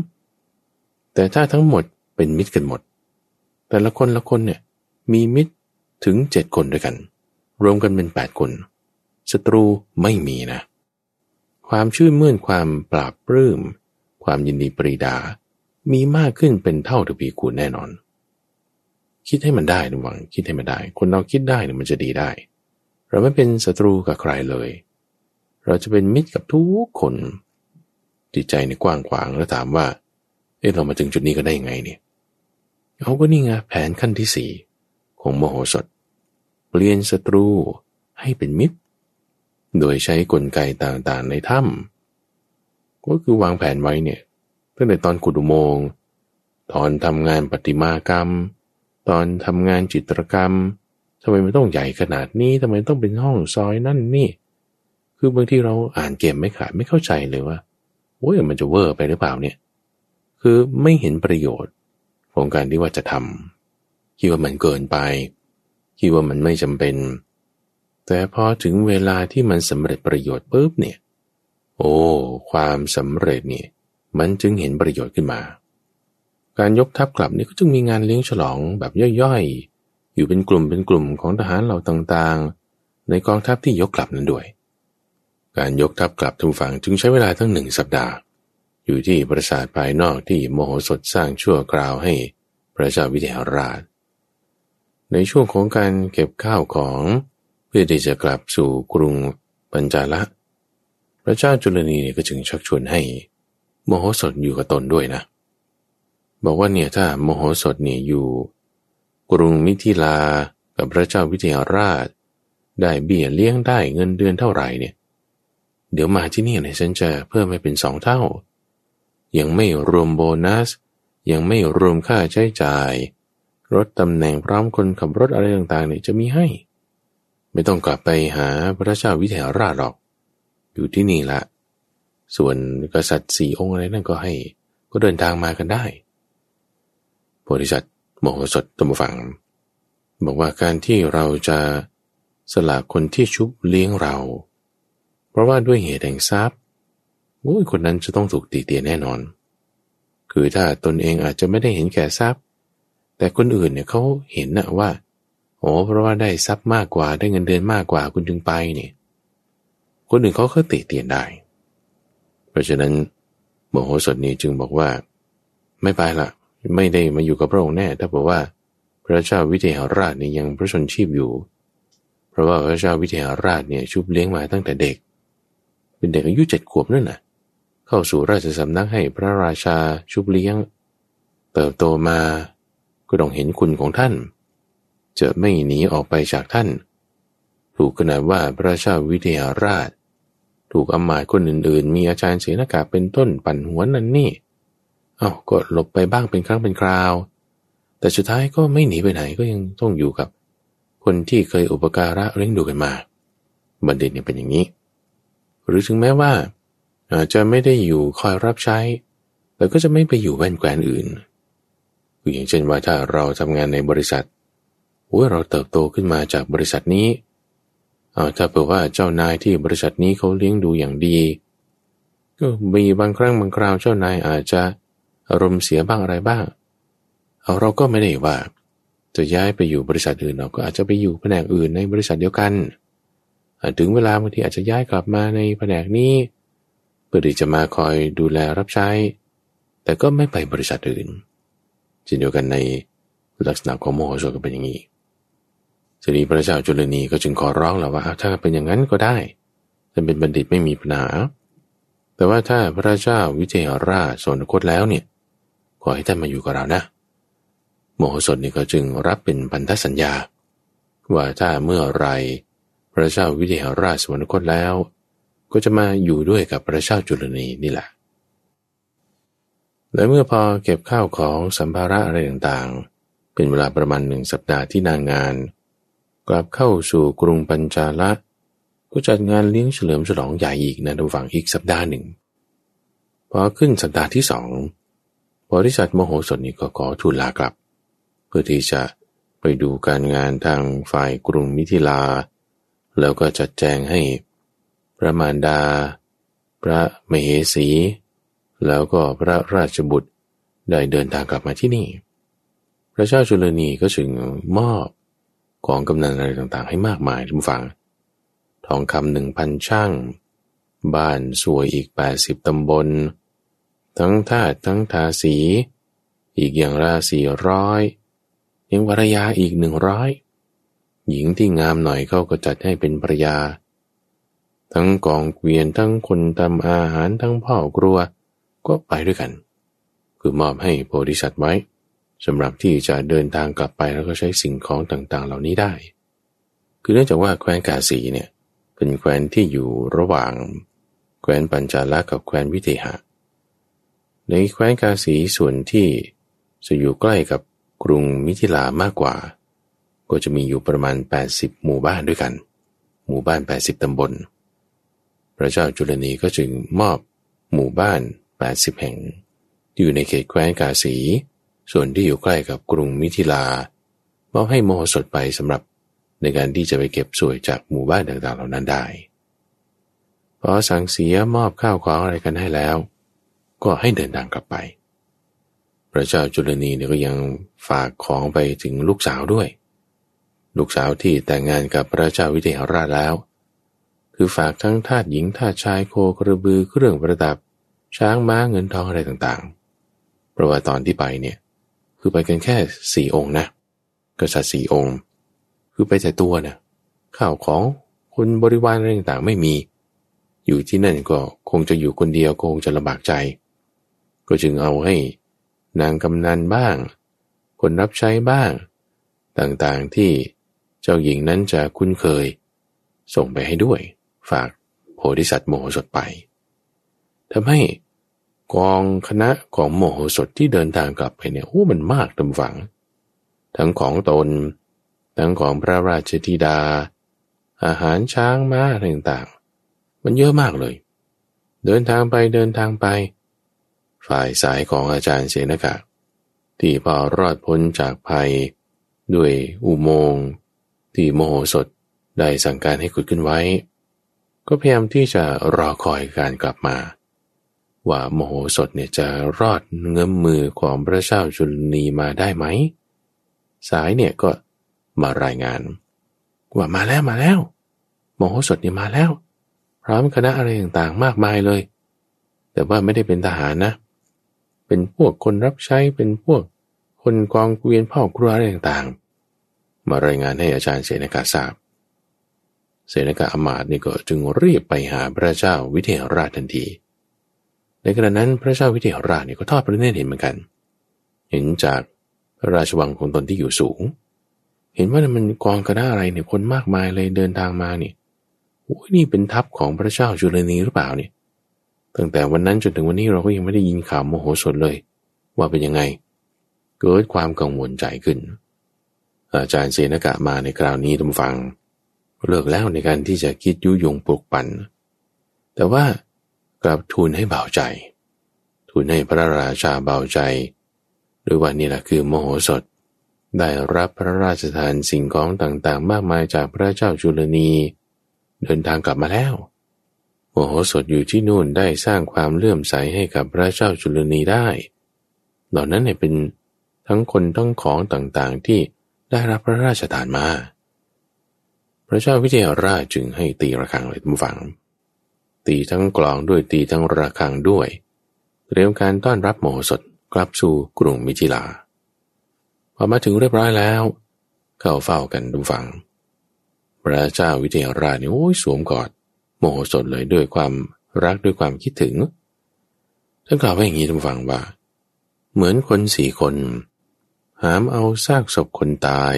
Speaker 1: 3แต่ถ้าทั้งหมดเป็นมิตรกันหมดแต่ละคนเนี่ยมีมิตรถึง7 คนด้วยกันรวมกันเป็น8 คนศัตรูไม่มีนะความชื่นมื่นความปราบปลื้มความยินดีปรีดามีมากขึ้นเป็นเท่าทวีคูณแน่นอนคิดให้มันได้นะหวังคิดให้มันได้คนเราคิดได้เนี่ยมันจะดีได้เราไม่เป็นศัตรูกับใครเลยเราจะเป็นมิตรกับทุกคนจิตใจในกว้างขวางแล้วถามว่าเรามาถึงจุดนี้ก็ได้ยังไงเนี่ยเขาก็นี่ไงแผนขั้นที่4ของมโหสถเปลี่ยนศัตรูให้เป็นมิตรโดยใช้กลไกต่างๆในถ้ำก็คือวางแผนไว้เนี่ยตั้งแต่ตอนขุดอุโมงค์ตอนทำงานประติมากรรมตอนทำงานจิตรกรรมทำไมมันต้องใหญ่ขนาดนี้ทำไมต้องเป็นห้องซอยนั่นนี่คือบางทีเราอ่านเกมไม่ขาดไม่เข้าใจเลยว่ามันจะเวอร์ไปหรือเปล่าเนี่ยคือไม่เห็นประโยชน์ของการที่ว่าจะทำคิดว่ามันเกินไปคิดว่ามันไม่จำเป็นแต่พอถึงเวลาที่มันสำเร็จประโยชน์ปุ๊บเนี่ยความสำเร็จนี่มันจึงเห็นประโยชน์ขึ้นมาการยกทัพกลับนี่ก็จึงมีงานเลี้ยงฉลองแบบย่อยๆอยู่เป็นกลุ่มของทหารเหล่าต่างๆในกองทัพที่ยกกลับนั้นด้วยการยกทัพกลับทุกฝั่งจึงใช้เวลาทั้ง1 สัปดาห์อยู่ที่ปราสาทภายนอกที่มโหสถสร้างชั่วคราวให้พระเจ้าวิเทหราชในช่วงของการเก็บข้าวของเพื่อที่จะกลับสู่กรุงปัญจาละพระเจ้าจุลนีก็จึงชักชวนให้มโหสถอยู่กับตนด้วยนะบอกว่าเนี่ยถ้ามโหสถเนี่ยอยู่กรุงมิถิลากับพระเจ้าวิเทหราชได้เบี้ยเลี้ยงได้เงินเดือนเท่าไหร่เนี่ยเดี๋ยวมาที่นี่เนี่ยฉันจะเพิ่มให้เป็น2 เท่ายังไม่รวมโบนัสยังไม่รวมค่าใช้จ่ายรถตำแหน่งพร้อมคนขับรถอะไรต่างๆเนี่ยจะมีให้ไม่ต้องกลับไปหาพระเจ้าวิเทหราชหรอกอยู่ที่นี่ละส่วนกษัตริย์4 องค์อะไรนั่นก็ให้ก็เดินทางมากันได้โพธิสัตว์โมโหสถตัมฟังบอกว่าการที่เราจะสละคนที่ชุบเลี้ยงเราเพราะว่าด้วยเหตุแห่งทรัพย์คนนั้นจะต้องถูกตีเตียนแน่นอนคือถ้าตนเองอาจจะไม่ได้เห็นแก่ทรัพย์แต่คนอื่นเนี่ยเขาเห็นนะว่าเพราะว่าได้ทรัพย์มากกว่าได้เงินเดือนมากกว่าคุณจึงไปเนี่ยคนอื่นเขาก็ติเตียนได้เพราะฉะนั้นโมโหสถนี้จึงบอกว่าไม่ไปละไม่ได้มาอยู่กับพระองค์แน่ถ้าบอกว่าพระเจ้าวิเทหราชเนี่ยยังพระชนชีพอยู่เพราะว่าพระเจ้าวิเทหราชเนี่ยชุบเลี้ยงมาตั้งแต่เด็กเป็นเด็กอายุ7 ขวบนั่นน่ะเข้าสู่ราชสำนักให้พระราชาชุบเลี้ยงเติบโตมาก็ต้องเห็นคุณของท่านจะไม่หนีออกไปจากท่านถูกขนาดว่าพระเจ้าวิเทหราชถูกอำมาตย์คนอื่นๆมีอาจารย์เสนากาเป็นต้นปั่นหัวนั่นนี่ก็หลบไปบ้างเป็นครั้งเป็นคราวแต่สุดท้ายก็ไม่หนีไปไหนก็ยังต้องอยู่กับคนที่เคยอุปการะเลี้ยงดูกันมาบัณฑิตเนี่ยเป็นอย่างนี้หรือถึงแม้ว่าอาจจะไม่ได้อยู่คอยรับใช้แต่ก็จะไม่ไปอยู่แว่นแคว้นอื่นอย่างเช่นว่าถ้าเราทำงานในบริษัทเราเติบโตขึ้นมาจากบริษัทนี้ถ้าเผื่อว่าเจ้านายที่บริษัทนี้เขาเลี้ยงดูอย่างดีก็มีบางครั้งบางคราวเจ้านายอาจจะอารมณ์เสียบ้างอะไรบ้างเราก็ไม่ได้ว่าจะย้ายไปอยู่บริษัทอื่นเราก็อาจจะไปอยู่แผนกอื่นในบริษัทเดียวกันถึงเวลาบางทีอาจจะย้ายกลับมาในแผนกนี้เพื่อที่จะมาคอยดูแลรับใช้แต่ก็ไม่ไปบริษัทอื่นเช่นเดียวกันในลักษณะของโมโหสถก็เป็นอย่างนี้ทีนี้พระเจ้าจุลนีก็จึงขอร้องแล้วว่าถ้าเป็นอย่างนั้นก็ได้ท่านเป็นบัณฑิตไม่มีปัญหาแต่ว่าถ้าพระเจ้าวิเทหราชสวรรคตแล้วเนี่ยขอให้ท่านมาอยู่กับเรานะโมโหสถนี่ก็จึงรับเป็นพันธสัญญาว่าถ้าเมื่อไรพระเจ้าวิเทหราชสวรรคตแล้วก็จะมาอยู่ด้วยกับพระเจ้าจุลนีนี่แหละและเมื่อพอเก็บข้าวของสัมภาระอะไรต่างๆเป็นเวลาประมาณ1 สัปดาห์ที่นางานกลับเข้าสู่กรุงปัญจาละก็จัดงานเลี้ยงเฉลิมฉลองใหญ่อีกนะท่านฟังอีกสัปดาห์หนึ่งพอขึ้นสัปดาห์ที่2โพธิสัตว์โมโหสถนี่ก็ขอทูลลากลับเพื่อที่จะไปดูการงานทางฝ่ายกรุงมิถิลาแล้วก็จัดแจงให้พระมารดาพระมเหสีแล้วก็พระราชบุตรได้เดินทางกลับมาที่นี่พระเจ้าจุลนีก็จึงมอบของกำนันอะไรต่างๆให้มากมายท่านฟังทองคำ1,000 ชั่งบ้านสวยอีก80 ตำบลทั้งทาสทั้งทาสีอีกอย่างละ400ยังภรรยาอีก100หญิงที่งามหน่อยเขาก็จัดให้เป็นภรรยาทั้งกองเกวียนทั้งคนทำอาหารทั้งพ่อครัวก็ไปด้วยกันคือมอบให้โพธิสัตว์ไว้สำหรับที่จะเดินทางกลับไปแล้วก็ใช้สิ่งของต่างๆเหล่านี้ได้คือเนื่องจากว่าแคว้นกาสีเนี่ยเป็นแคว้นที่อยู่ระหว่างแคว้นปัญจาละกับแคว้นวิเทหะในแคว้นกาสีส่วนที่จะอยู่ใกล้กับกรุงมิถิลามากกว่าก็จะมีอยู่ประมาณ80 หมู่บ้านด้วยกันหมู่บ้าน80 ตำบลพระเจ้าจุลนีก็จึงมอบหมู่บ้าน80 แห่งที่อยู่ในเขตแคว้นกาสีส่วนที่อยู่ใกล้กับกรุงมิถิลามอบให้โมโหสถไปสำหรับในการที่จะไปเก็บสวยจากหมู่บ้านต่างๆเหล่านั้นได้พอสั่งเสียมอบข้าวของอะไรกันให้แล้วก็ให้เดินทางกลับไปพระเจ้าจุลนีเนี่ยก็ยังฝากของไปถึงลูกสาวด้วยลูกสาวที่แต่งงานกับพระเจ้าวิเทหราชแล้วคือฝากทั้งทาสหญิงทาสชายโคกระบือเครื่องประดับช้างม้าเงินทองอะไรต่างๆเพราะว่าตอนที่ไปเนี่ยคือไปกันแค่4 องค์นะกษัตริย์4 องค์คือไปแต่ตัวนะข้าวของคนบริวารอะไรต่างๆไม่มีอยู่ที่นั่นก็คงจะอยู่คนเดียวคงจะลำบากใจก็จึงเอาให้นางกำนันบ้างคนรับใช้บ้างต่างๆที่เจ้าหญิงนั้นจะคุ้นเคยส่งไปให้ด้วยฝากโพธิสัตว์โมโหสถไปทำให้กองคณะของโมโหสถที่เดินทางกลับไปเนี่ยมันมากตำฝังทั้งของตนทั้งของพระราชธิดาอาหารช้างม้าต่างๆมันเยอะมากเลยเดินทางไปฝ่ายสายของอาจารย์เสนกะที่พอรอดพ้นจากภัยด้วยอุโมงค์ที่โมโหสถได้สั่งการให้ขุดขึ้นไว้ก็พยายามที่จะรอคอยการกลับมาว่าโมโหสถเนี่ยจะรอดเงื้อมมือของพระเจ้าจุลนีมาได้ไหมสายเนี่ยก็มารายงานว่ามาแล้วโมโหสถเนี่ยมาแล้วพร้อมคณะอะไรต่างๆมากมายเลยแต่ว่าไม่ได้เป็นทหารนะเป็นพวกคนรับใช้เป็นพวกคนกองเกวียนพ่อครัวอะไรต่างๆมารายงานให้อาจารย์เสนกะทราบเสนกะอมาตย์นี่ก็จึงรีบไปหาพระเจ้าวิเทหราชทันทีในขณะนั้นพระเจ้าวิเทหราชนี่ก็ทอดพระเนตรเห็นเหมือนกันเห็นจากพระราชวังของตนที่อยู่สูงเห็นว่ามันกองคณะอะไรเนี่ยคนมากมายเลยเดินทางมานี่นี่เป็นทัพของพระเจ้าจุลนีหรือเปล่าเนี่ยตั้งแต่วันนั้นจนถึงวันนี้เราก็ยังไม่ได้ยินข่าวโมโหสถเลยว่าเป็นยังไงเกิดความกังวลใจขึ้นอาจารย์เสนกะมาในคราวนี้ท่านฟังเลิกแล้วในการที่จะคิดยุยงปลุกปั่นแต่ว่ากลับทูลให้เบาใจทูลให้พระราชาเบาใจโดยว่านี่แหละคือโมโหสถได้รับพระราชทานสิ่งของต่างๆมากมายจากพระเจ้าจุลนีเดินทางกลับมาแล้วโมโหสถอยู่ที่นู่นได้สร้างความเลื่อมใสให้กับพระเจ้าจุลนีได้เหล่านั้นเนี่ยเป็นทั้งคนทั้งของต่างๆที่ได้รับพระราชทานมาพระเจ้าวิเทหราชจึงให้ตีระฆังเลยท่านฟังตีทั้งกลองด้วยตีทั้งระฆังด้วยเตรียมการต้อนรับโมโหสถกลับสู่กรุงมิถิลาพอมาถึงเรียบร้อยแล้วเข้าเฝ้ากันท่านฟังพระเจ้าวิเทหราชนี่สวมกอดโมโหสถเลยด้วยความรักด้วยความคิดถึงท่านกล่าวว่าอย่างนี้ท่านฟังว่าเหมือนคน4 คนหามเอาซากศพคนตาย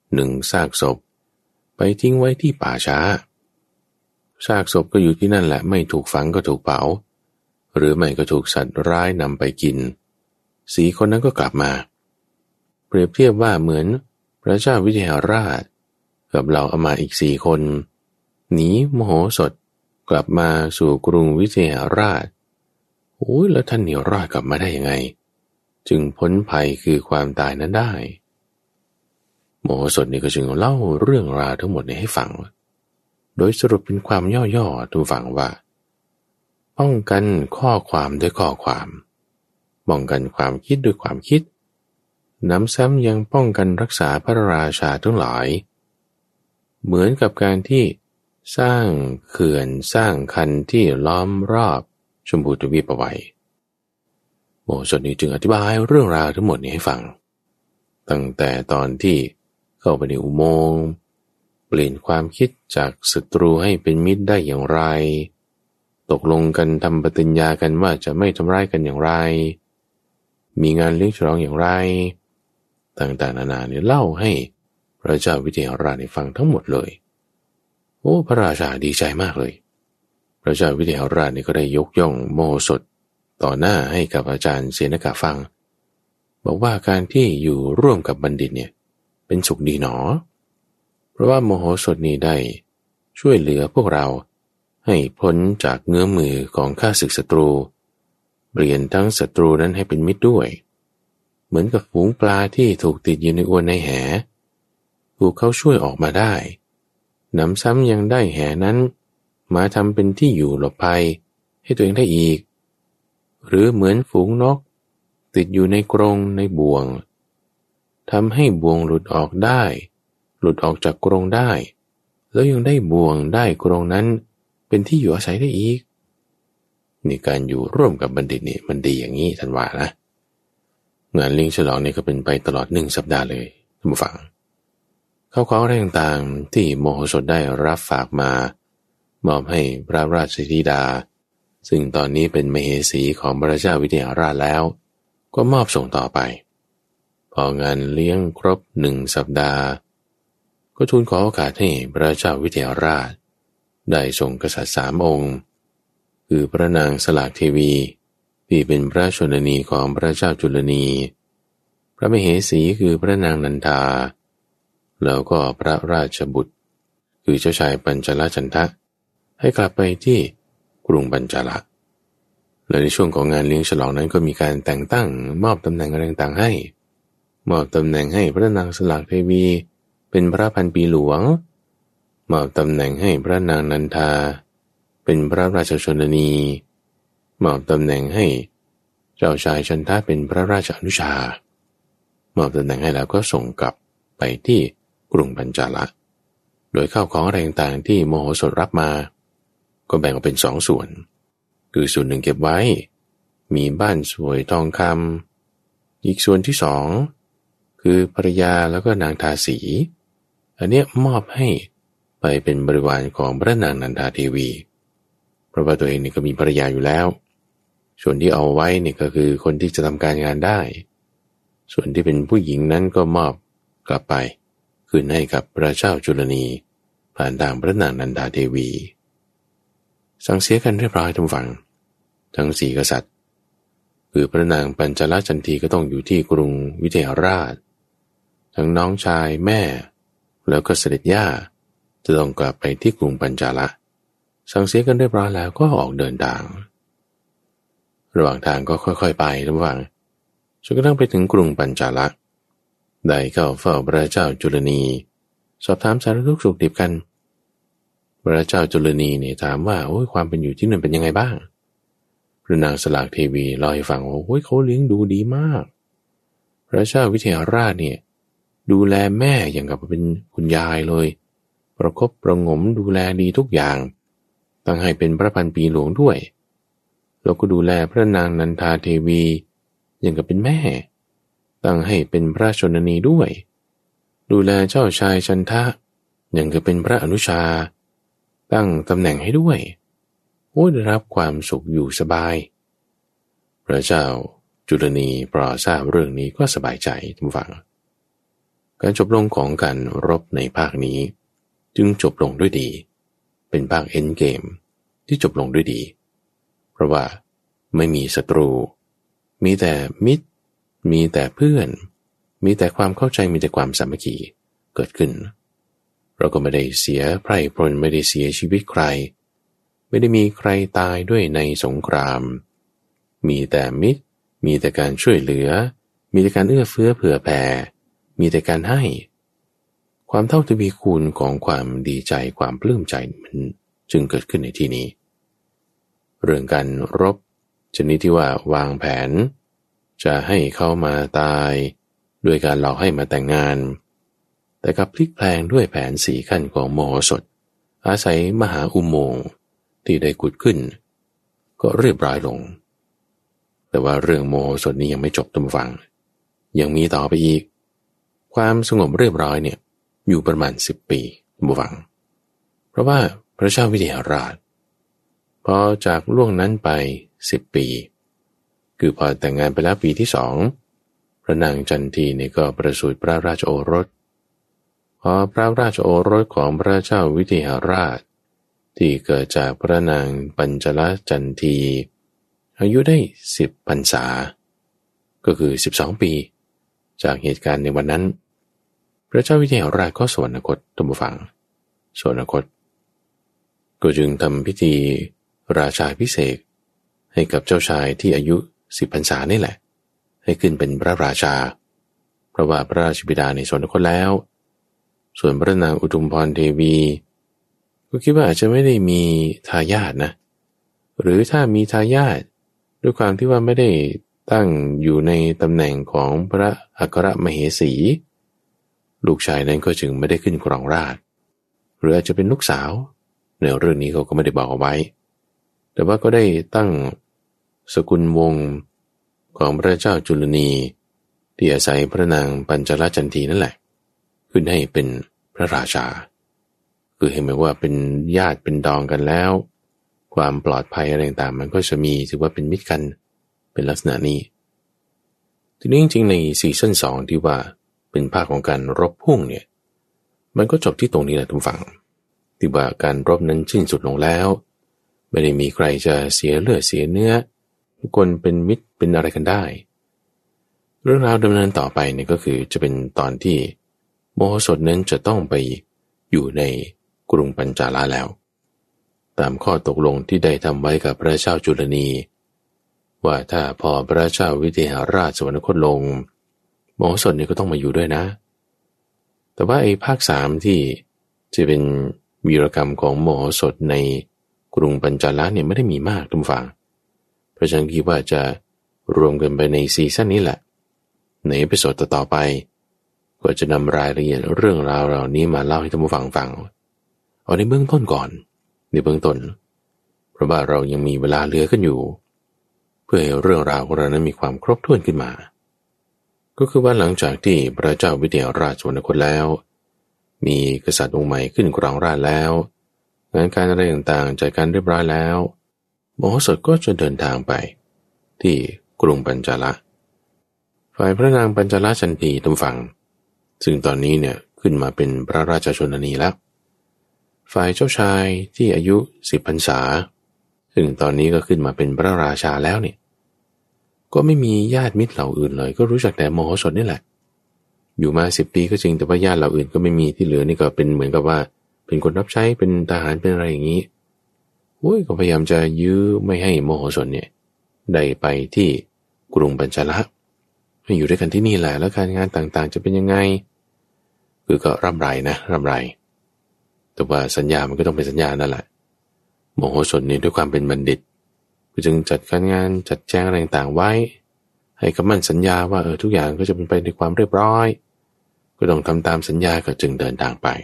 Speaker 1: 1 ซากศพไปทิ้งไว้ที่ป่าช้าซากศพก็อยู่ที่นั่นแหละไม่ถูกฝังก็ถูกเผาหรือไม่ก็ถูกสัตว์ร้ายนำไปกิน4 คนนั้นก็กลับมาเปรียบเทียบว่าเหมือนพระเจ้าวิเทหราชกับเหล่าอมาตย์อีก4 คนหนีโมโหสถกลับมาสู่กรุงวิเทหราชแล้วท่านรอดกลับมาได้ยังไงจึงพ้นภัยคือความตายนั้นได้โมโหสถนี่ก็จึงเล่าเรื่องราวทั้งหมดนี้ให้ฟังโดยสรุปเป็นความย่อๆทุกฝั่งว่าป้องกันข้อความด้วยข้อความป้องกันความคิดด้วยความคิดน้ำซ้ำยังป้องกันรักษาพระราชาทั้งหลายเหมือนกับการที่สร้างเขื่อนสร้างคันที่ล้อมรอบชมพูทวีปเอาไว้โมโหสถนี้จึงอธิบายเรื่องราวทั้งหมดนี้ให้ฟังตั้งแต่ตอนที่เข้าไปในอุโมงค์เปลี่ยนความคิดจากศัตรูให้เป็นมิตรได้อย่างไรตกลงกันทำปฏิญญากันว่าจะไม่ทำร้ายกันอย่างไรมีงานเลี้ยงฉลองอย่างไรต่างๆนานาเนี่ยเล่าให้พระเจ้าวิเทหราชฟังทั้งหมดเลยพระราชาดีใจมากเลยพระเจ้าวิเทหราชก็ได้ยกย่องโมโหสถต่อหน้าให้กับอาจารย์เสนกะฟังบอกว่าการที่อยู่ร่วมกับบัณฑิตเนี่ยเป็นสุขดีหนอเพราะว่าโมโหสถนี้ได้ช่วยเหลือพวกเราให้พ้นจากเงื้อมือของข้าศึกศัตรูเปลี่ยนทั้งศัตรูนั้นให้เป็นมิตรด้วยเหมือนกับฝูงปลาที่ถูกติดอยู่ในอวนในแหถูกเขาช่วยออกมาได้นำซ้ำยังได้แหนั้นมาทำเป็นที่อยู่หลบภัยให้ตัวเองได้อีกหรือเหมือนฝูงนกติดอยู่ในกรงในบ่วงทำให้บ่วงหลุดออกได้หลุดออกจากกรงได้แล้วยังได้บ่วงได้กรงนั้นเป็นที่อยู่อาศัยได้อีกนี่การอยู่ร่วมกับบัณฑิตนี่มันดีอย่างนี้ท่านว่านะงานเลี้ยงฉลองนี่ก็เป็นไปตลอด1 สัปดาห์เลยท่านผู้ฟังข้าวของอะไรต่างๆที่โมโหสถได้รับฝากมามอบให้พระราชธิดาซึ่งตอนนี้เป็นมเหสีของพระเจ้าวิเทหราชแล้วก็มอบส่งต่อไปพองานเลี้ยงครบ1 สัปดาห์ก็ทูลขอโอกาสให้พระเจ้าวิเทหราชได้ส่งกษัตริย์3 องค์คือพระนางสลากเทวีที่เป็นพระชนนีของพระเจ้าจุลนีพระมเหสีคือพระนางนันทาแล้วก็พระราชบุตรคือเจ้าชายปัญจลจันทะให้กลับไปที่กรุงปัญจาละและในช่วงของงานเลี้ยงฉลองนั้นก็มีการแต่งตั้งมอบตำแหน่งอะไรต่างๆให้มอบตำแหน่งให้พระนางสลากเทวีเป็นพระพันปีหลวงมอบตำแหน่งให้พระนางนันทาเป็นพระราชชนนีมอบตำแหน่งให้เจ้าชายชันทะเป็นพระราชอนุชามอบตำแหน่งให้แล้วก็ส่งกลับไปที่กรุงปัญจาละโดยข้าวของอะไรต่างๆที่โมโหสถรับมาก็แบ่งออกเป็นสองส่วนคือส่วนหนึ่งเก็บไว้มีบ้านสวยทองคำอีกส่วนที่สองคือภรรยาแล้วก็นางทาสีอันเนี้ยมอบให้ไปเป็นบริวารของพระนางนันทาเทวีเพราะว่าตัวเองนี่ก็มีภรรยาอยู่แล้วส่วนที่เอาไว้นี่ก็คือคนที่จะทำการงานได้ส่วนที่เป็นผู้หญิงนั้นก็มอบกลับไปคืนให้กับพระเจ้าจุลนีผ่านทางพระนางนันทาเทวีสั่งเสียกันเรียบร้อยทุกฝั่งทั้งสี่กษัตริย์คือพระนางปัญจลจันทีก็ต้องอยู่ที่กรุงวิเทหราชทั้งน้องชายแม่แล้วก็เสด็จย่าจะต้องกลับไปที่กรุงปัญจาละสั่งเสียกันเรียบร้อยแล้วก็ออกเดินทางระหว่างทางก็ค่อยๆไปทุกฝั่งจนกระทั่งไปถึงกรุงปัญจาละได้เข้าเฝ้าพระเจ้าจุลนีสอบถามสารทุกข์สุขดิบกันพระเจ้าจุลนีเนี่ยถามว่าโอ้ยความเป็นอยู่ที่นั่นเป็นยังไงบ้างพระนางสลากเทวีเล่าให้ฟังว่าโอ้ยเขาเลี้ยงดูดีมากพระเจ้าวิเทหราชเนี่ยดูแลแม่อย่างกับเป็นคุณยายเลยประคบประหงมดูแลดีทุกอย่างตั้งให้เป็นพระพันปีหลวงด้วยแล้วก็ดูแลพระนางนันทาเทวีอย่างกับเป็นแม่ตั้งให้เป็นพระชนนีด้วยดูแลเจ้าชายชันทะอย่างกับเป็นพระอนุชาตั้งตำแหน่งให้ด้วยโอ้ได้รับความสุขอยู่สบายพระเจ้าจุลนีพอทราบเรื่องนี้ก็สบายใจทุกฝั่งการจบลงของการรบในภาคนี้จึงจบลงด้วยดีเป็นภาคเอ็นเกมที่จบลงด้วยดีเพราะว่าไม่มีศัตรูมีแต่มิตรมีแต่เพื่อนมีแต่ความเข้าใจมีแต่ความสามัคคีเกิดขึ้นเราก็ไม่ได้เสียไพร่พลไม่ได้เสียชีวิตใครไม่ได้มีใครตายด้วยในสงครามมีแต่มิตรมีแต่การช่วยเหลือมีแต่การเอื้อเฟื้อเผื่อแผ่มีแต่การให้ความเท่าทวีคูณของความดีใจความปลื้มใจมันจึงเกิดขึ้นในที่นี้เรื่องการรบชนิดที่ว่าวางแผนจะให้เขามาตายด้วยการหลอกให้มาแต่งงานแต่กับพลิกแพลงด้วยแผนสี่ขั้นของโมโหสถอาศัยมหาอุโมงค์ที่ได้ขุดขึ้นก็เรียบร้อยลงแต่ว่าเรื่องโมโหสถนี้ยังไม่จบทุกฝั่งยังมีต่อไปอีกความสงบเรียบร้อยเนี่ยอยู่ประมาณ10 ปีทุกฝั่งเพราะว่าพระเจ้าวิเทหราชพอจากล่วงนั้นไป10 ปีคือพอแต่งงานไปแล้วปีที่2พระนางจันทีเนี่ยก็ประสูติพระราชโอรสพอพระราชโอรสของพระเจ้าวิเทหราชที่เกิดจากพระนางปัญจลจันทีอายุได้10 พรรษาก็คือ12 ปีจากเหตุการณ์ในวันนั้นพระเจ้าวิเทหราชก็สวรรคตทุกฝั่งสวรรคตก็จึงทำพิธีราชาภิเษกให้กับเจ้าชายที่อายุ10 พรรษานี่แหละให้ขึ้นเป็นพระราชาเพราะว่าพระราชบิดาในสวรรคตแล้วส่วนพระนางอุทุมพรเทวีก็คิดว่าอาจจะไม่ได้มีทายาทนะหรือถ้ามีทายาทด้วยความที่ว่าไม่ได้ตั้งอยู่ในตำแหน่งของพระอัครมเหสีลูกชายนั้นก็จึงไม่ได้ขึ้นครองราชย์หรืออาจจะเป็นลูกสาวในเรื่องนี้เขาก็ไม่ได้บอกเอาไว้แต่ว่าก็ได้ตั้งสกุลวงศ์ของพระเจ้าจุลนีที่อาศัยพระนางปัญจลจันทีนั่นแหละขึ้นให้เป็นพระราชาคือเห็นไหมว่าเป็นญาติเป็นดองกันแล้วความปลอดภัยอะไรต่างๆมันก็จะมีถือว่าเป็นมิตรกันเป็นลักษณะนี้ทีนี้จริงๆในซีซั่น2ที่ว่าเป็นภาคของการรบพุ่งเนี่ยมันก็จบที่ตรงนี้แหละทุกฝั่งที่ว่าการรบนั้นสิ้นสุดลงแล้วไม่ได้มีใครจะเสียเลือดเสียเนื้อทุกคนเป็นมิตรเป็นอะไรกันได้เรื่องราวดำเนินต่อไปเนี่ยก็คือจะเป็นตอนที่โมโหสถนั้นจะต้องไปอยู่ในกรุงปัญจาลาแล้วตามข้อตกลงที่ได้ทำไว้กับพระเจ้าจุลนีว่าถ้าพอพระเจ้าวิเทหราชสวรรคตลงโมโหสถนี่ก็ต้องมาอยู่ด้วยนะแต่ว่าไอ้ภาค3ที่จะเป็นวีรกรรมของโมโหสถในกรุงปัญจาลาเนี่ยไม่ได้มีมากทุกฝั่งเพราะฉะนั้นคิดว่าจะรวมกันไปในซีซั่นนี้แหละในเอพิโซดต่อไปก็จะนำรายละเอียดเรื่องราวเหล่านี้มาเล่าให้ท่านผู้ฟังฟังเอาในเบื้องต้นก่อนในเบื้องต้นเพราะว่าเรายังมีเวลาเหลือกันอยู่เพื่อให้เรื่องราวของเรานั้นมีความครบถ้วนขึ้นมาก็คือว่าหลังจากที่พระเจ้าวิเทหราชสวรรคตแล้วมีกษัตริย์องค์ใหม่ขึ้นครองราชย์แล้วงานการอะไรต่างๆจัดการเรียบร้อยแล้วโมโหสถก็จะเดินทางไปที่กรุงปัญจาละฝ่ายพระนางปัญจาลชันทีตำฝังซึ่งตอนนี้เนี่ยขึ้นมาเป็นพระราชชนนีแล้วฝ่ายเจ้าชายที่อายุ10 พรรษาซึ่งตอนนี้ก็ขึ้นมาเป็นพระราชาแล้วเนี่ยก็ไม่มีญาติมิตรเหล่าอื่นเลยก็รู้จักแต่โมโหสถนี่แหละอยู่มา10 ปีก็จริงแต่ว่าญาติเหล่าอื่นก็ไม่มีที่เหลือนี่ก็เป็นเหมือนกับว่าเป็นคนรับใช้เป็นทหารเป็นอะไรอย่างนี้ก็พยายามจะยื้อไม่ให้โมโหสถเนี่ยได้ไปที่กรุงปัญจาละให้อยู่ด้วยกันที่นี่แหละแล้วการงานต่างๆจะเป็นยังไงคือก็ร่ำไรนะร่ำไรแต่ว่าสัญญามันก็ต้องเป็นสัญญานั่นแหละโมโหสถเนี่ยด้วยความเป็นบัณฑิตก็จึงจัดการงานจัดแจงอะไรต่างๆไว้ให้คำมั่นสัญญาว่าทุกอย่างก็จะเป็นไปด้วยความเรียบร้อยก็ต้องทำตามสัญญาก็จึงเดินทางไป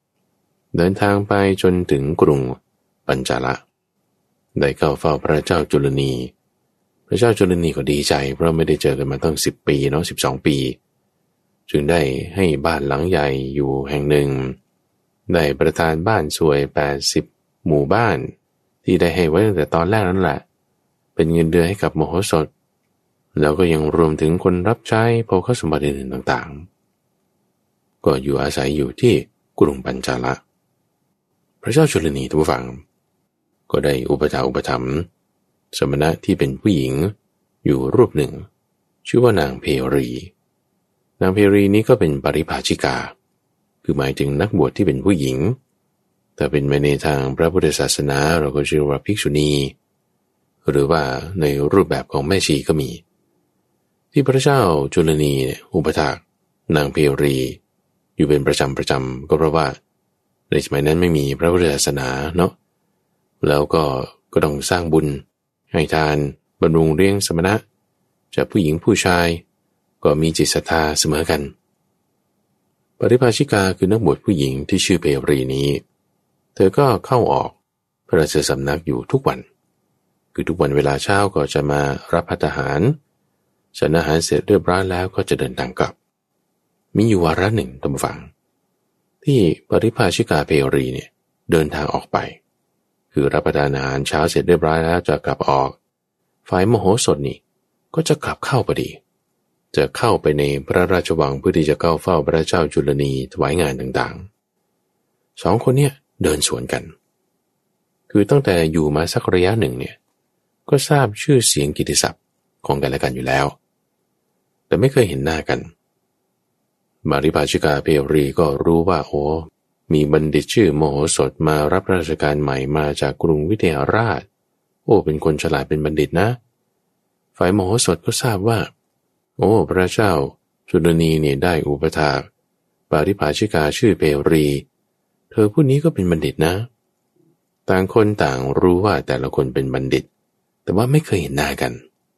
Speaker 1: จนถึงกรุงปัญจาละได้เข้าเฝ้าพระเจ้าจุลนีพระเจ้าจุลนีก็ดีใจเพราะไม่ได้เจอกันมาตั้ง10 ปีเนาะ12 ปีจึงได้ให้บ้านหลังใหญ่อยู่แห่งหนึ่งได้ประทานบ้านสวย80 หมู่บ้านที่ได้ให้ไว้ตั้งแต่ตอนแรกนั่นแหละเป็นเงินเดือนให้กับโมโหสถแล้วก็ยังรวมถึงคนรับใช้โภคสมบัติอื่นๆต่างๆก็อยู่อาศัยอยู่ที่กรุงปัญจาละพระเจ้าจุลนีทุกฝั่งก็ได้อุปถัมภ์สมณะที่เป็นผู้หญิงอยู่รูปหนึ่งชื่อว่านางเพรีนางเพรีนี้ก็เป็นปริภาชิกาคือหมายถึงนักบวชที่เป็นผู้หญิงแต่เป็นในทางพระพุทธศาสนาเราก็ชื่อว่าภิกษุณีหรือว่าในรูปแบบของแม่ชีก็มีที่พระเจ้าจุลนีอุปถากนางเพรีอยู่เป็นประจำก็เพราะว่าในสมัยนั้นไม่มีพระพุทธศาสนาเนาะแล้วก็ต้องสร้างบุญให้ทานบำรุงเลี้ยงสมณะจากผู้หญิงผู้ชายก็มีจิตศรัทธาเสมอกันปริภาชิกาคือนักบวชผู้หญิงที่ชื่อเพรีนี้เธอก็เข้าออกพระราชสำนักอยู่ทุกวันคือทุกวันเวลาเช้าก็จะมารับภัตตาหารฉันอาหารเสร็จเรียบร้อยแล้วก็จะเดินทางกลับมีอยู่วาระหนึ่งตามฝังที่ปริภาชิกาเพรีเนี่ยเดินทางออกไปคือรับประทานอาหารเช้าเสร็จเรียบร้อยแล้วจะกลับออกฝ่ายโมโหสถนี่ก็จะกลับเข้าพอดีจะเข้าไปในพระราชวังเพื่อที่จะเข้าเฝ้าพระเจ้าจุลนีถวายงานต่างๆ2 คนเนี่ยเดินสวนกันคือตั้งแต่อยู่มาสักระยะหนึ่งเนี่ยก็ทราบชื่อเสียงกิตติศัพท์ของกันและกันอยู่แล้วแต่ไม่เคยเห็นหน้ากันมาริภาชิกาเพรีก็รู้ว่ามีบัณฑิตชื่อโมโหสถมารับราชการใหม่มาจากกรุงวิเทหราชเป็นคนฉลาดเป็นบัณฑิตนะฝ่ายโมโหสถก็ทราบว่าพระเจ้าจุลนีเนี่ยได้อุปถากปาริภาชิกาชื่อเพรีเธอผู้นี้ก็เป็นบัณฑิตนะต่างคนต่างรู้ว่าแต่ละคนเป็นบัณฑิตแต่ว่าไม่เคยเห็นหน้ากัน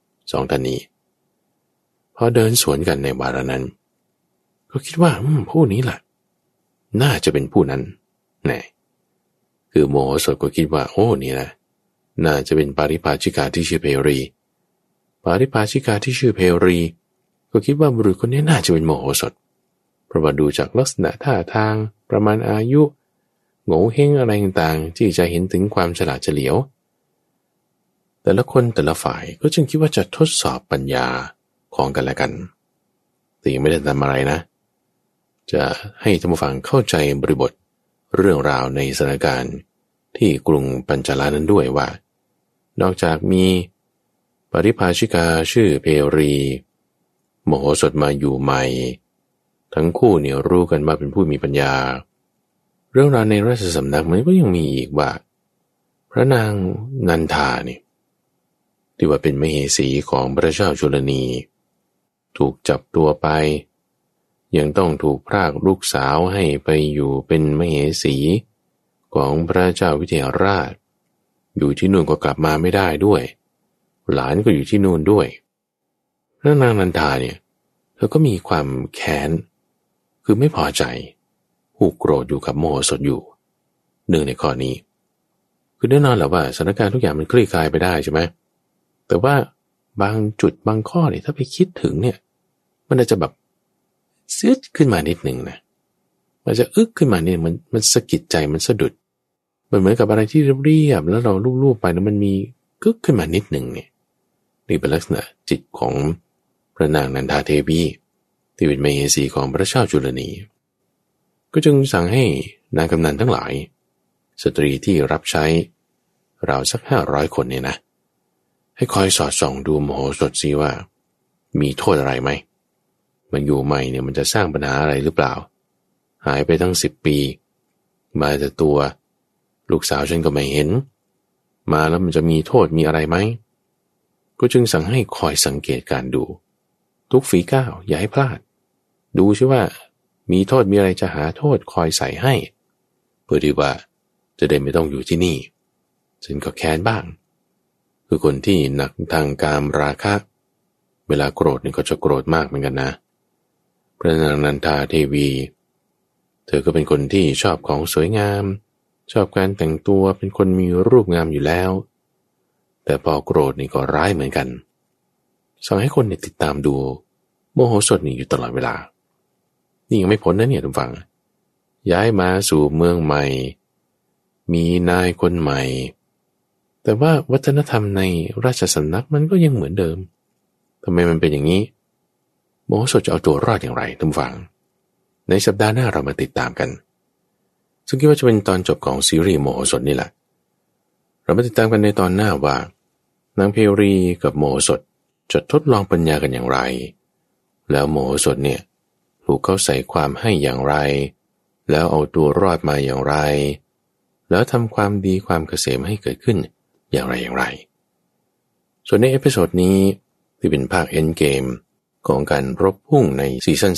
Speaker 1: 2 ท่านนี้พอเดินสวนกันในวาระนั้นก็คิดว่าผู้นี้แหละน่าจะเป็นผู้นั้นแน่คือโมโหสถก็คิดว่านี่นะน่าจะเป็นปาริภาชิกาที่ชื่อเพรีปาริภาชิกาที่ชื่อเพรีก็คิดว่าบุรุษคนนี้น่าจะเป็นโมโหสถเพราะว่าดูจากลักษณะท่าทางประมาณอายุโง่เฮงอะไรต่างๆที่จะเห็นถึงความฉลาดเฉลียวแต่ละคนแต่ละฝ่ายก็จึงคิดว่าจะทดสอบปัญญาของกันและกันแต่ยังไม่ได้ทำอะไรนะจะให้ท่านผู้ฟังเข้าใจบริบทเรื่องราวในสถานการณ์ที่กรุงปัญจาลานั้นด้วยว่านอกจากมีปริภาชิกาชื่อเพรีโมโหสถมาอยู่ใหม่ทั้งคู่เนี่ยรู้กันว่าเป็นผู้มีปัญญาเรื่องราวในราชสำนักมันก็ยังมีอีกว่าพระนางนันทาเนี่ยที่ว่าเป็นมเหสีของพระเจ้าจุลนีถูกจับตัวไปยังต้องถูกพรากลูกสาวให้ไปอยู่เป็นมเหสีของพระเจ้าวิเทหราชอยู่ที่นู่นก็กลับมาไม่ได้ด้วยหลานก็อยู่ที่นู่นด้วยพระนางนันทาเนี่ยเธอก็มีความแค้นคือไม่พอใจผูกโกรธอยู่กับโมโหสถอยู่หนึ่งในข้อนี้คือแน่นอนแหละว่าสถานการณ์ทุกอย่างมันคลี่คลายไปได้ใช่ไหมแต่ว่าบางจุดบางข้อเนี่ยถ้าไปคิดถึงเนี่ยมันอาจจะแบบซึดขึ้นมานิดหนึ่งนะมันจะอึกขึ้นมาเนี่ยมันสะกิดใจมันสะดุดมันเหมือนกับอะไรที่เรียบแล้วเราลูบๆไปแล้วมันมีกึกขึ้นมานิดหนึ่งเนี่ยนี่เป็นลักษณะจิตของพระนางนันทาเทวีที่เป็นมเหสีของพระเจ้าจุลนีก็จึงสั่งให้นางกำนันทั้งหลายสตรีที่รับใช้ราวสัก500 คนเนี่ยนะให้คอยสอดส่องดูโมโหสถซิว่ามีโทษอะไรไหมมันอยู่ใหม่เนี่ยมันจะสร้างปัญหาอะไรหรือเปล่าหายไปทั้ง10 ปีมาแต่ตัวลูกสาวฉันก็ไม่เห็นมาแล้วมันจะมีโทษมีอะไรไหมก็จึงสั่งให้คอยสังเกตการดูทุกฝีก้าวอย่าให้พลาดดูใช่ว่ามีโทษมีอะไรจะหาโทษคอยใส่ให้เพื่อที่ว่าจะได้ไม่ต้องอยู่ที่นี่ฉันก็แค้นบ้างคือคนที่หนักทางกามราคะเวลาโกรธนี่ก็จะโกรธมากเหมือนกันนะพระนางนันทาเทวีเธอก็เป็นคนที่ชอบของสวยงามชอบการแต่งตัวเป็นคนมีรูปงามอยู่แล้วแต่พอโกรธนี่ก็ร้ายเหมือนกันสั่งให้คนเนี่ยติดตามดูโมโหสถนี่อยู่ตลอดเวลานี่ยังไม่พ้นนะเนี่ยทุกฝั่งย้ายมาสู่เมืองใหม่มีนายคนใหม่แต่ว่าวัฒนธรรมในราชสำนักมันก็ยังเหมือนเดิมทำไมมันเป็นอย่างนี้โมโหสถจะเอาตัวรอดอย่างไรทุกฝั่งในสัปดาห์หน้าเรามาติดตามกันซึ่งคิดว่าจะเป็นตอนจบของซีรีส์โมโหสถนี่แหละเรามาติดตามกันในตอนหน้าว่านางเพรีกับโมโหสถจะทดลองปัญญากันอย่างไรแล้วโมโหสถเนี่ยถูกเขาใส่ความให้อย่างไรแล้วเอาตัวรอดมาอย่างไรแล้วทำความดีความเกษมให้เกิดขึ้นอย่างไรส่วนในเอพิโซดนี้ที่เป็นภาคเอ็นเกมของการรบพุ่งในซีซั่น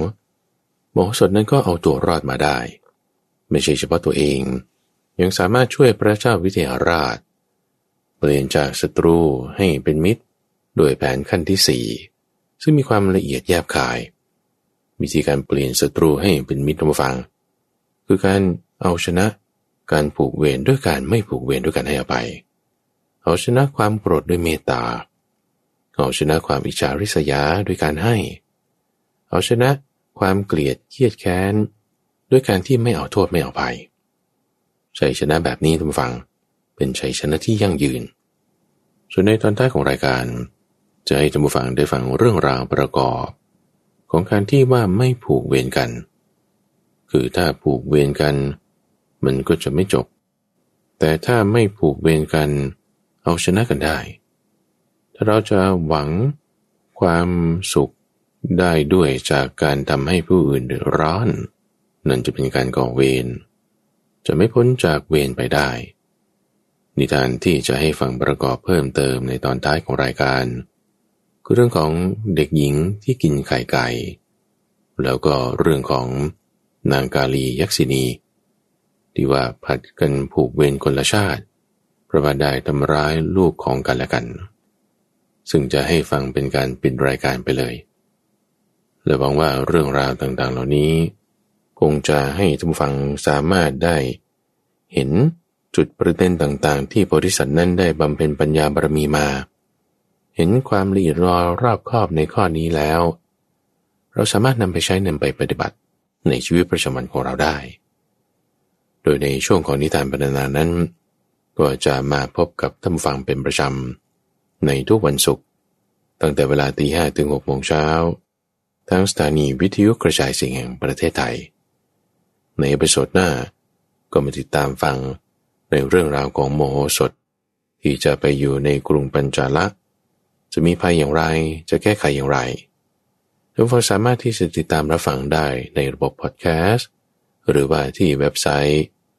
Speaker 1: 2โมโหสถนั้นก็เอาตัวรอดมาได้ไม่ใช่เฉพาะตัวเองยังสามารถช่วยพระเจ้าวิเทหราชเปลี่ยนจากศัตรูให้เป็นมิตรโดยแผนขั้นที่4ซึ่งมีความละเอียดแยบคายวิธีการเปลี่ยนศัตรูให้เป็นมิตรมาฟังคือการเอาชนะการผูกเวรด้วยการไม่ผูกเวรด้วยการให้อภัยเอาชนะความโกรธด้วยเมตตาเอาชนะความอิจฉาริษยาด้วยการให้เอาชนะความเกลียดเครียดแค้นด้วยการที่ไม่เอาโทษไม่เอาภัยชัยชนะแบบนี้ท่านผู้ฟังเป็นชัยชนะที่ยั่งยืนส่วนในตอนท้ายของรายการจะให้ท่านผู้ฟังได้ฟังเรื่องราวประกอบของการที่ว่าไม่ผูกเวรกันคือถ้าผูกเวรกันมันก็จะไม่จบแต่ถ้าไม่ผูกเวรกันเอาชนะกันได้ถ้าเราจะหวังความสุขได้ด้วยจากการทำให้ผู้อื่นเดือดร้อนนั่นจะเป็นการก่อเวรจะไม่พ้นจากเวรไปได้นิทานที่จะให้ฟังประกอบเพิ่มเติมในตอนท้ายของรายการคือเรื่องของเด็กหญิงที่กินไข่ไก่แล้วก็เรื่องของนางกาลียักษินีที่ว่าผัดกันผูกเวรคนละชาติเพราะว่าได้ทำร้ายลูกของกันและกันซึ่งจะให้ฟังเป็นการปิดรายการไปเลยและหวังว่าเรื่องราวต่างๆเหล่านี้คงจะให้ท่านผู้ฟังสามารถได้เห็นจุดประเด็นต่างๆที่โพธิสัตว์นั้นได้บำเพ็ญปัญญาบารมีมาเห็นความละเอียดรอบคอบในข้อนี้แล้วเราสามารถนำไปใช้นำไปปฏิบัติในชีวิตประจำวันของเราได้โดยในช่วงของนิทานบรรณนานั้นก็จะมาพบกับท่านผู้ฟังเป็นประจำในทุกวันศุกร์ตั้งแต่เวลา 5:00 ถึง 6:00 น.ทางสถานีวิทยุกระจายเสียงแห่งประเทศไทยในเอพิโซดหน้าก็มาติดตามฟังในเรื่องราวของโมโหสถที่จะไปอยู่ในกรุงปัญจาละจะมีภัยอย่างไรจะแก้ไขอย่างไรท่านผู้ฟังสามารถที่จะติดตามรับฟังได้ในระบบพอดแคสต์หรือว่าที่เว็บไซต์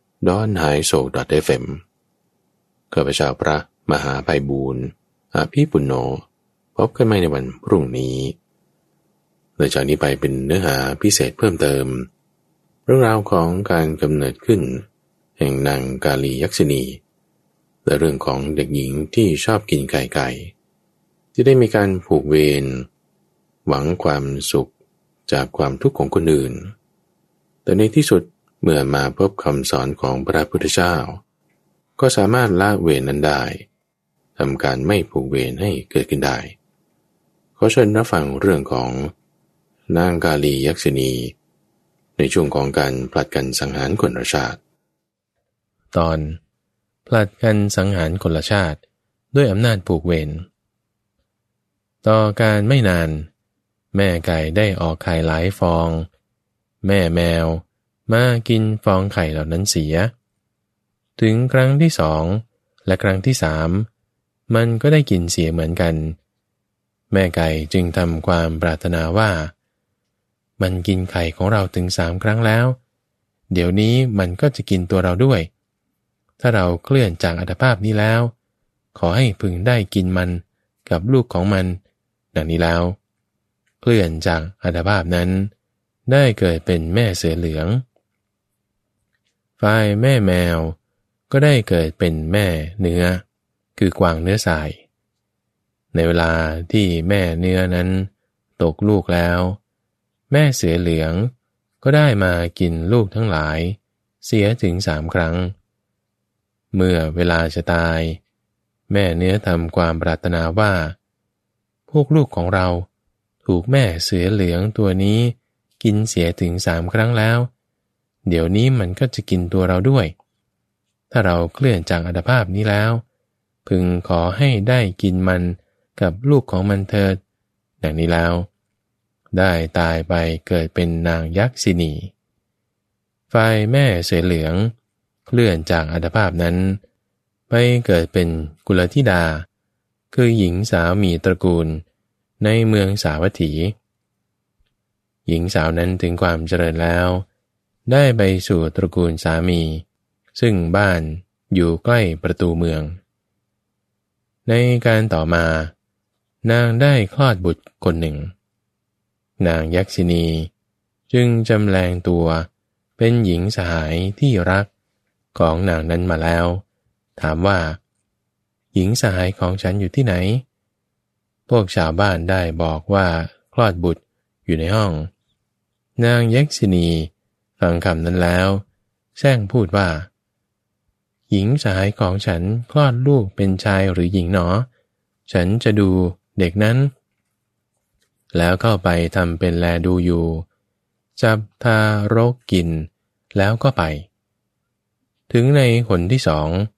Speaker 1: donhaiso.fm ข้าพเจ้าพระมหาไพบูลย์อาภีปุณโญพบกันใหม่ในวันพรุ่งนี้หลังจากนี้ไปเป็นเนื้อหาพิเศษเพิ่มเติมเรื่องราวของการกำเนิดขึ้นแห่งนางกาลียักษินีและเรื่องของเด็กหญิงที่ชอบกินไก่ที่ได้มีการผูกเวรหวังความสุขจากความทุกข์ของคนอื่นแต่ในที่สุดเมื่อมาพบคำสอนของพระพุทธเจ้าก็สามารถละเวรนั้นได้ทำการไม่ผูกเวรให้เกิดขึ้นได้ขอเชิญรับฟังเรื่องของนางกาลียักษินีในช่วงของการผลัดกันสังหารคนละชาติ
Speaker 2: ตอนผลัดกันสังหารคนละชาติด้วยอำนาจผูกเวรต่อการไม่นานแม่ไก่ได้ออกไข่หลายฟองแม่แมวมากินฟองไข่เหล่านั้นเสียถึงครั้งที่สองและครั้งที่สามมันก็ได้กินเสียเหมือนกันแม่ไก่จึงทำความปรารถนาว่ามันกินไข่ของเราถึง3 ครั้งแล้วเดี๋ยวนี้มันก็จะกินตัวเราด้วยถ้าเราเคลื่อนจากอัตภาพนี้แล้วขอให้พึงได้กินมันกับลูกของมันดังนี้แล้วเคลื่อนจากอัตภาพนั้นได้เกิดเป็นแม่เสือเหลืองฝ่ายแม่แมวก็ได้เกิดเป็นแม่เนื้อคือกวางเนื้อทรายในเวลาที่แม่เนื้อนั้นตกลูกแล้วแม่เสือเหลืองก็ได้มากินลูกทั้งหลายเสียถึง3 ครั้งเมื่อเวลาจะตายแม่เนื้อทำความปรารถนาว่าพวกลูกของเราถูกแม่เสือเหลืองตัวนี้กินเสียถึง3 ครั้งแล้วเดี๋ยวนี้มันก็จะกินตัวเราด้วยถ้าเราเคลื่อนจากอัตภาพนี้แล้วพึงขอให้ได้กินมันกับลูกของมันเถิดดังนี้แล้วได้ตายไปเกิดเป็นนางยักษินีฝ่ายแม่เสือเหลืองเคลื่อนจากอัตภาพนั้นไปเกิดเป็นกุลธิดาคือหญิงสาวมีตระกูลในเมืองสาวัตถีหญิงสาวนั้นถึงความเจริญแล้วได้ไปสู่ตระกูลสามีซึ่งบ้านอยู่ใกล้ประตูเมืองในการต่อมานางได้คลอดบุตรคนหนึ่งนางยักษินีจึงจำแรงตัวเป็นหญิงสหายที่รักของนางนั้นมาแล้วถามว่าหญิงสหายของฉันอยู่ที่ไหนพวกชาวบ้านได้บอกว่าคลอดบุตรอยู่ในห้องนางยักษินีฟังคำนั้นแล้วแซงพูดว่าหญิงสหายของฉันคลอดลูกเป็นชายหรือหญิงหนอฉันจะดูเด็กนั้นแล้วเข้าไปทำเป็นแลดูอยู่จับทารกกินแล้วก็ไปถึงในหนที่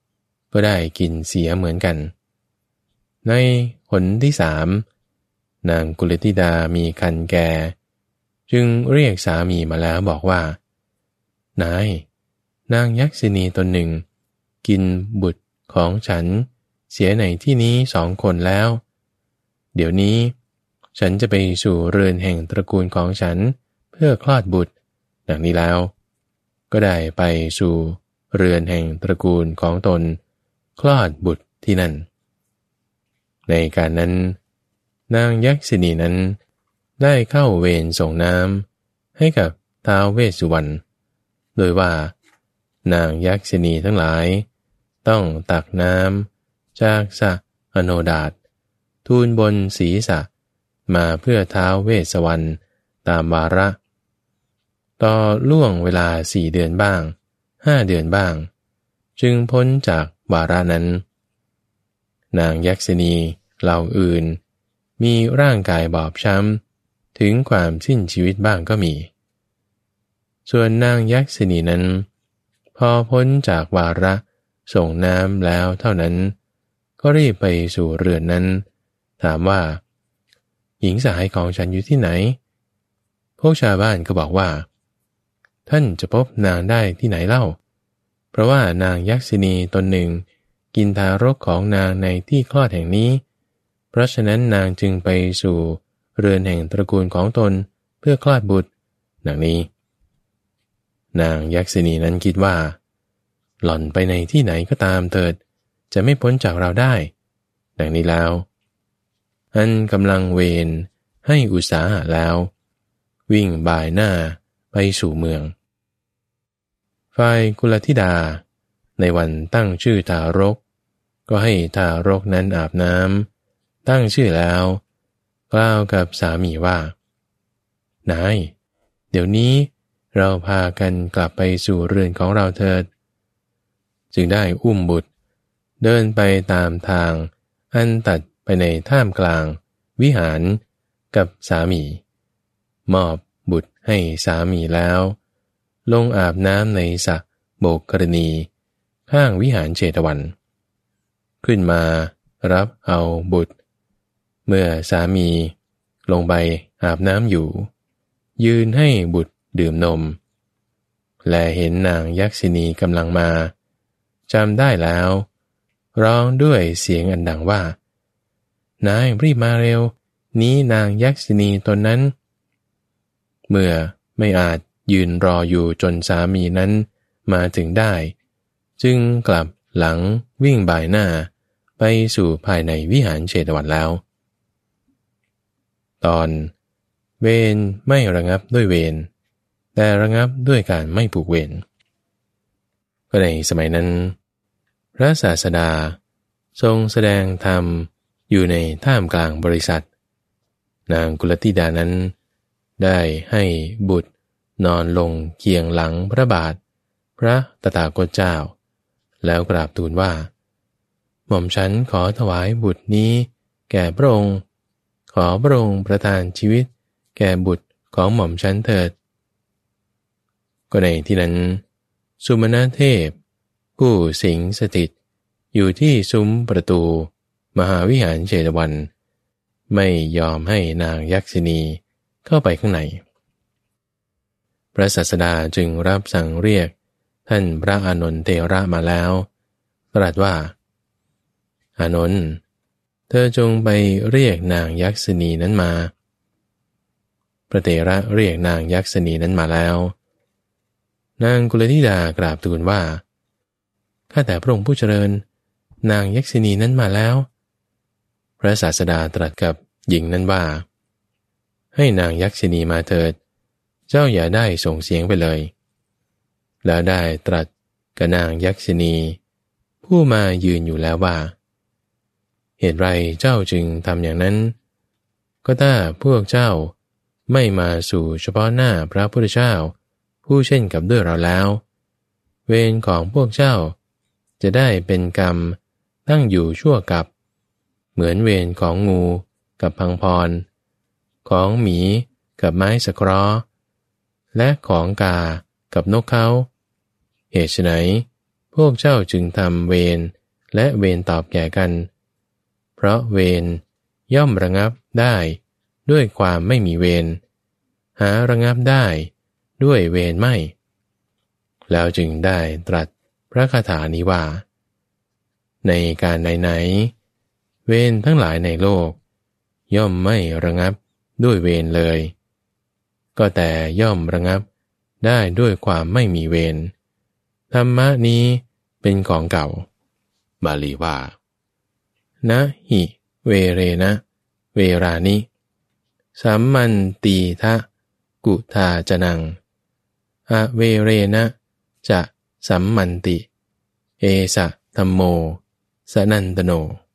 Speaker 2: 2ก็ได้กินเสียเหมือนกันในหนที่3นางกุลธิดามีครรภ์แก่จึงเรียกสามีมาแล้วบอกว่านายนางยักษินีตนหนึ่งกินบุตรของฉันเสียในที่นี้2 คนแล้วเดี๋ยวนี้ฉันจะไปสู่เรือนแห่งตระกูลของฉันเพื่อคลอดบุตรดังนี้แล้วก็ได้ไปสู่เรือนแห่งตระกูลของตนคลอดบุตรที่นั่นในการนั้นนางยักษินีนั้นได้เข้าเวรส่งน้ำให้กับท้าวเวสสุวรรณโดยว่านางยักษินีทั้งหลายต้องตักน้ำจากสระอโนดาตทูลบนศีรษะมาเพื่อท้าวเวสสวรรณตามวาระต่อล่วงเวลา4 เดือนบ้าง5 เดือนบ้างจึงพ้นจากวาระนั้นนางยักษินีเหล่าอื่นมีร่างกายบอบช้ำถึงความสิ้นชีวิตบ้างก็มีส่วนนางยักษินีนั้นพอพ้นจากวาระส่งน้ำแล้วเท่านั้นก็รีบไปสู่เรือนนั้นถามว่าหญิงสหายของฉันอยู่ที่ไหนพวกชาวบ้านก็บอกว่าท่านจะพบนางได้ที่ไหนเล่าเพราะว่านางยักษินีตนหนึ่งกินทารกของนางในที่คลอดแห่งนี้เพราะฉะนั้นนางจึงไปสู่เรือนแห่งตระกูลของตนเพื่อคลอดบุตรดังนี้นางยักษิณีนั้นคิดว่าหล่อนไปในที่ไหนก็ตามเถิดจะไม่พ้นจากเราได้ดังนี้แล้วอันกำลังเวรให้อุตสาหะแล้ววิ่งบ่ายหน้าไปสู่เมืองฝ่ายกุลธิดาในวันตั้งชื่อทารกก็ให้ทารกนั้นอาบน้ำตั้งชื่อแล้วกล่าวกับสามีว่านายเดี๋ยวนี้เราพากันกลับไปสู่เรือนของเราเถิดจึงได้อุ้มบุตรเดินไปตามทางอันตัดไปในท่ามกลางวิหารกับสามีมอบบุตรให้สามีแล้วลงอาบน้ำในสระโบกกรณีข้างวิหารเชตวันขึ้นมารับเอาบุตรเมื่อสามีลงไปอาบน้ำอยู่ยืนให้บุตรดื่มนมและเห็นนางยักษิณีกำลังมาจำได้แล้วร้องด้วยเสียงอันดังว่านายรีบมาเร็วนี้นางยักษิณีตนนั้นเมื่อไม่อาจยืนรออยู่จนสามีนั้นมาถึงได้จึงกลับหลังวิ่งบ่ายหน้าไปสู่ภายในวิหารเชตวันแล้วตอนเวรไม่ระงับด้วยเวรแต่ระงับด้วยการไม่ผูกเวรก็ในสมัยนั้นพระศาสดาทรงแสดงธรรมอยู่ในท่ามกลางบริษัทนางกุลธิดานั้นได้ให้บุตรนอนลงเคียงหลังพระบาทพระตถาคตเจ้าแล้วกราบทูลว่าหม่อมฉันขอถวายบุตรนี้แก่พระองค์ขอพระองค์ประทานชีวิตแก่บุตรของหม่อมฉันเถิดก็ในที่นั้นสุมาณเทพผู้สิงสถิตอยู่ที่ซุ้มประตูมหาวิหารเชตวันไม่ยอมให้นางยักษิณีเข้าไปข้างในพระศาสดาจึงรับสั่งเรียกท่านพระอานนท์เถระมาแล้วตรัสว่าอานนท์เธอจงไปเรียกนางยักษิณีนั้นมาพระเถระเรียกนางยักษิณีนั้นมาแล้วนางกุลธิดากราบทูลว่าข้าแต่พระองค์ผู้เจริญนางยักษิณีนั้นมาแล้วพระศาสดาตรัสกับหญิงนั้นว่าให้นางยักษิณีมาเถิดเจ้าอย่าได้ส่งเสียงไปเลยแล้วได้ตรัสกับนางยักษิณีผู้มายืนอยู่แล้วว่าเหตุไรเจ้าจึงทำอย่างนั้นก็ถ้าพวกเจ้าไม่มาสู่เฉพาะหน้าพระพุทธเจ้าผู้เช่นกับด้วยเราแล้วเวรของพวกเจ้าจะได้เป็นกรรมตั้งอยู่ชั่วกับเหมือนเวรของงูกับพังพรของหมีกับไม้สะเคราะห์และของกากับนกเขาเหตุไฉนพวกเจ้าจึงทำเวรและเวรตอบแก่กันเพราะเวรย่อมระงับได้ด้วยความไม่มีเวรหาระงับได้ด้วยเวรไม่แล้วจึงได้ตรัสพระคาถานี้ว่าในการไหนๆเวรทั้งหลายในโลกย่อมไม่ระงับด้วยเวรเลยก็แต่ย่อมระงับได้ด้วยความไม่มีเวรธรรมะนี้เป็นของเก่าบาลีว่านะหิเวเรนะเวรานิสัมมันตีทะกุทาจนังอเวเรนะจะสัมมันติเอสะธัมโมสนันตโน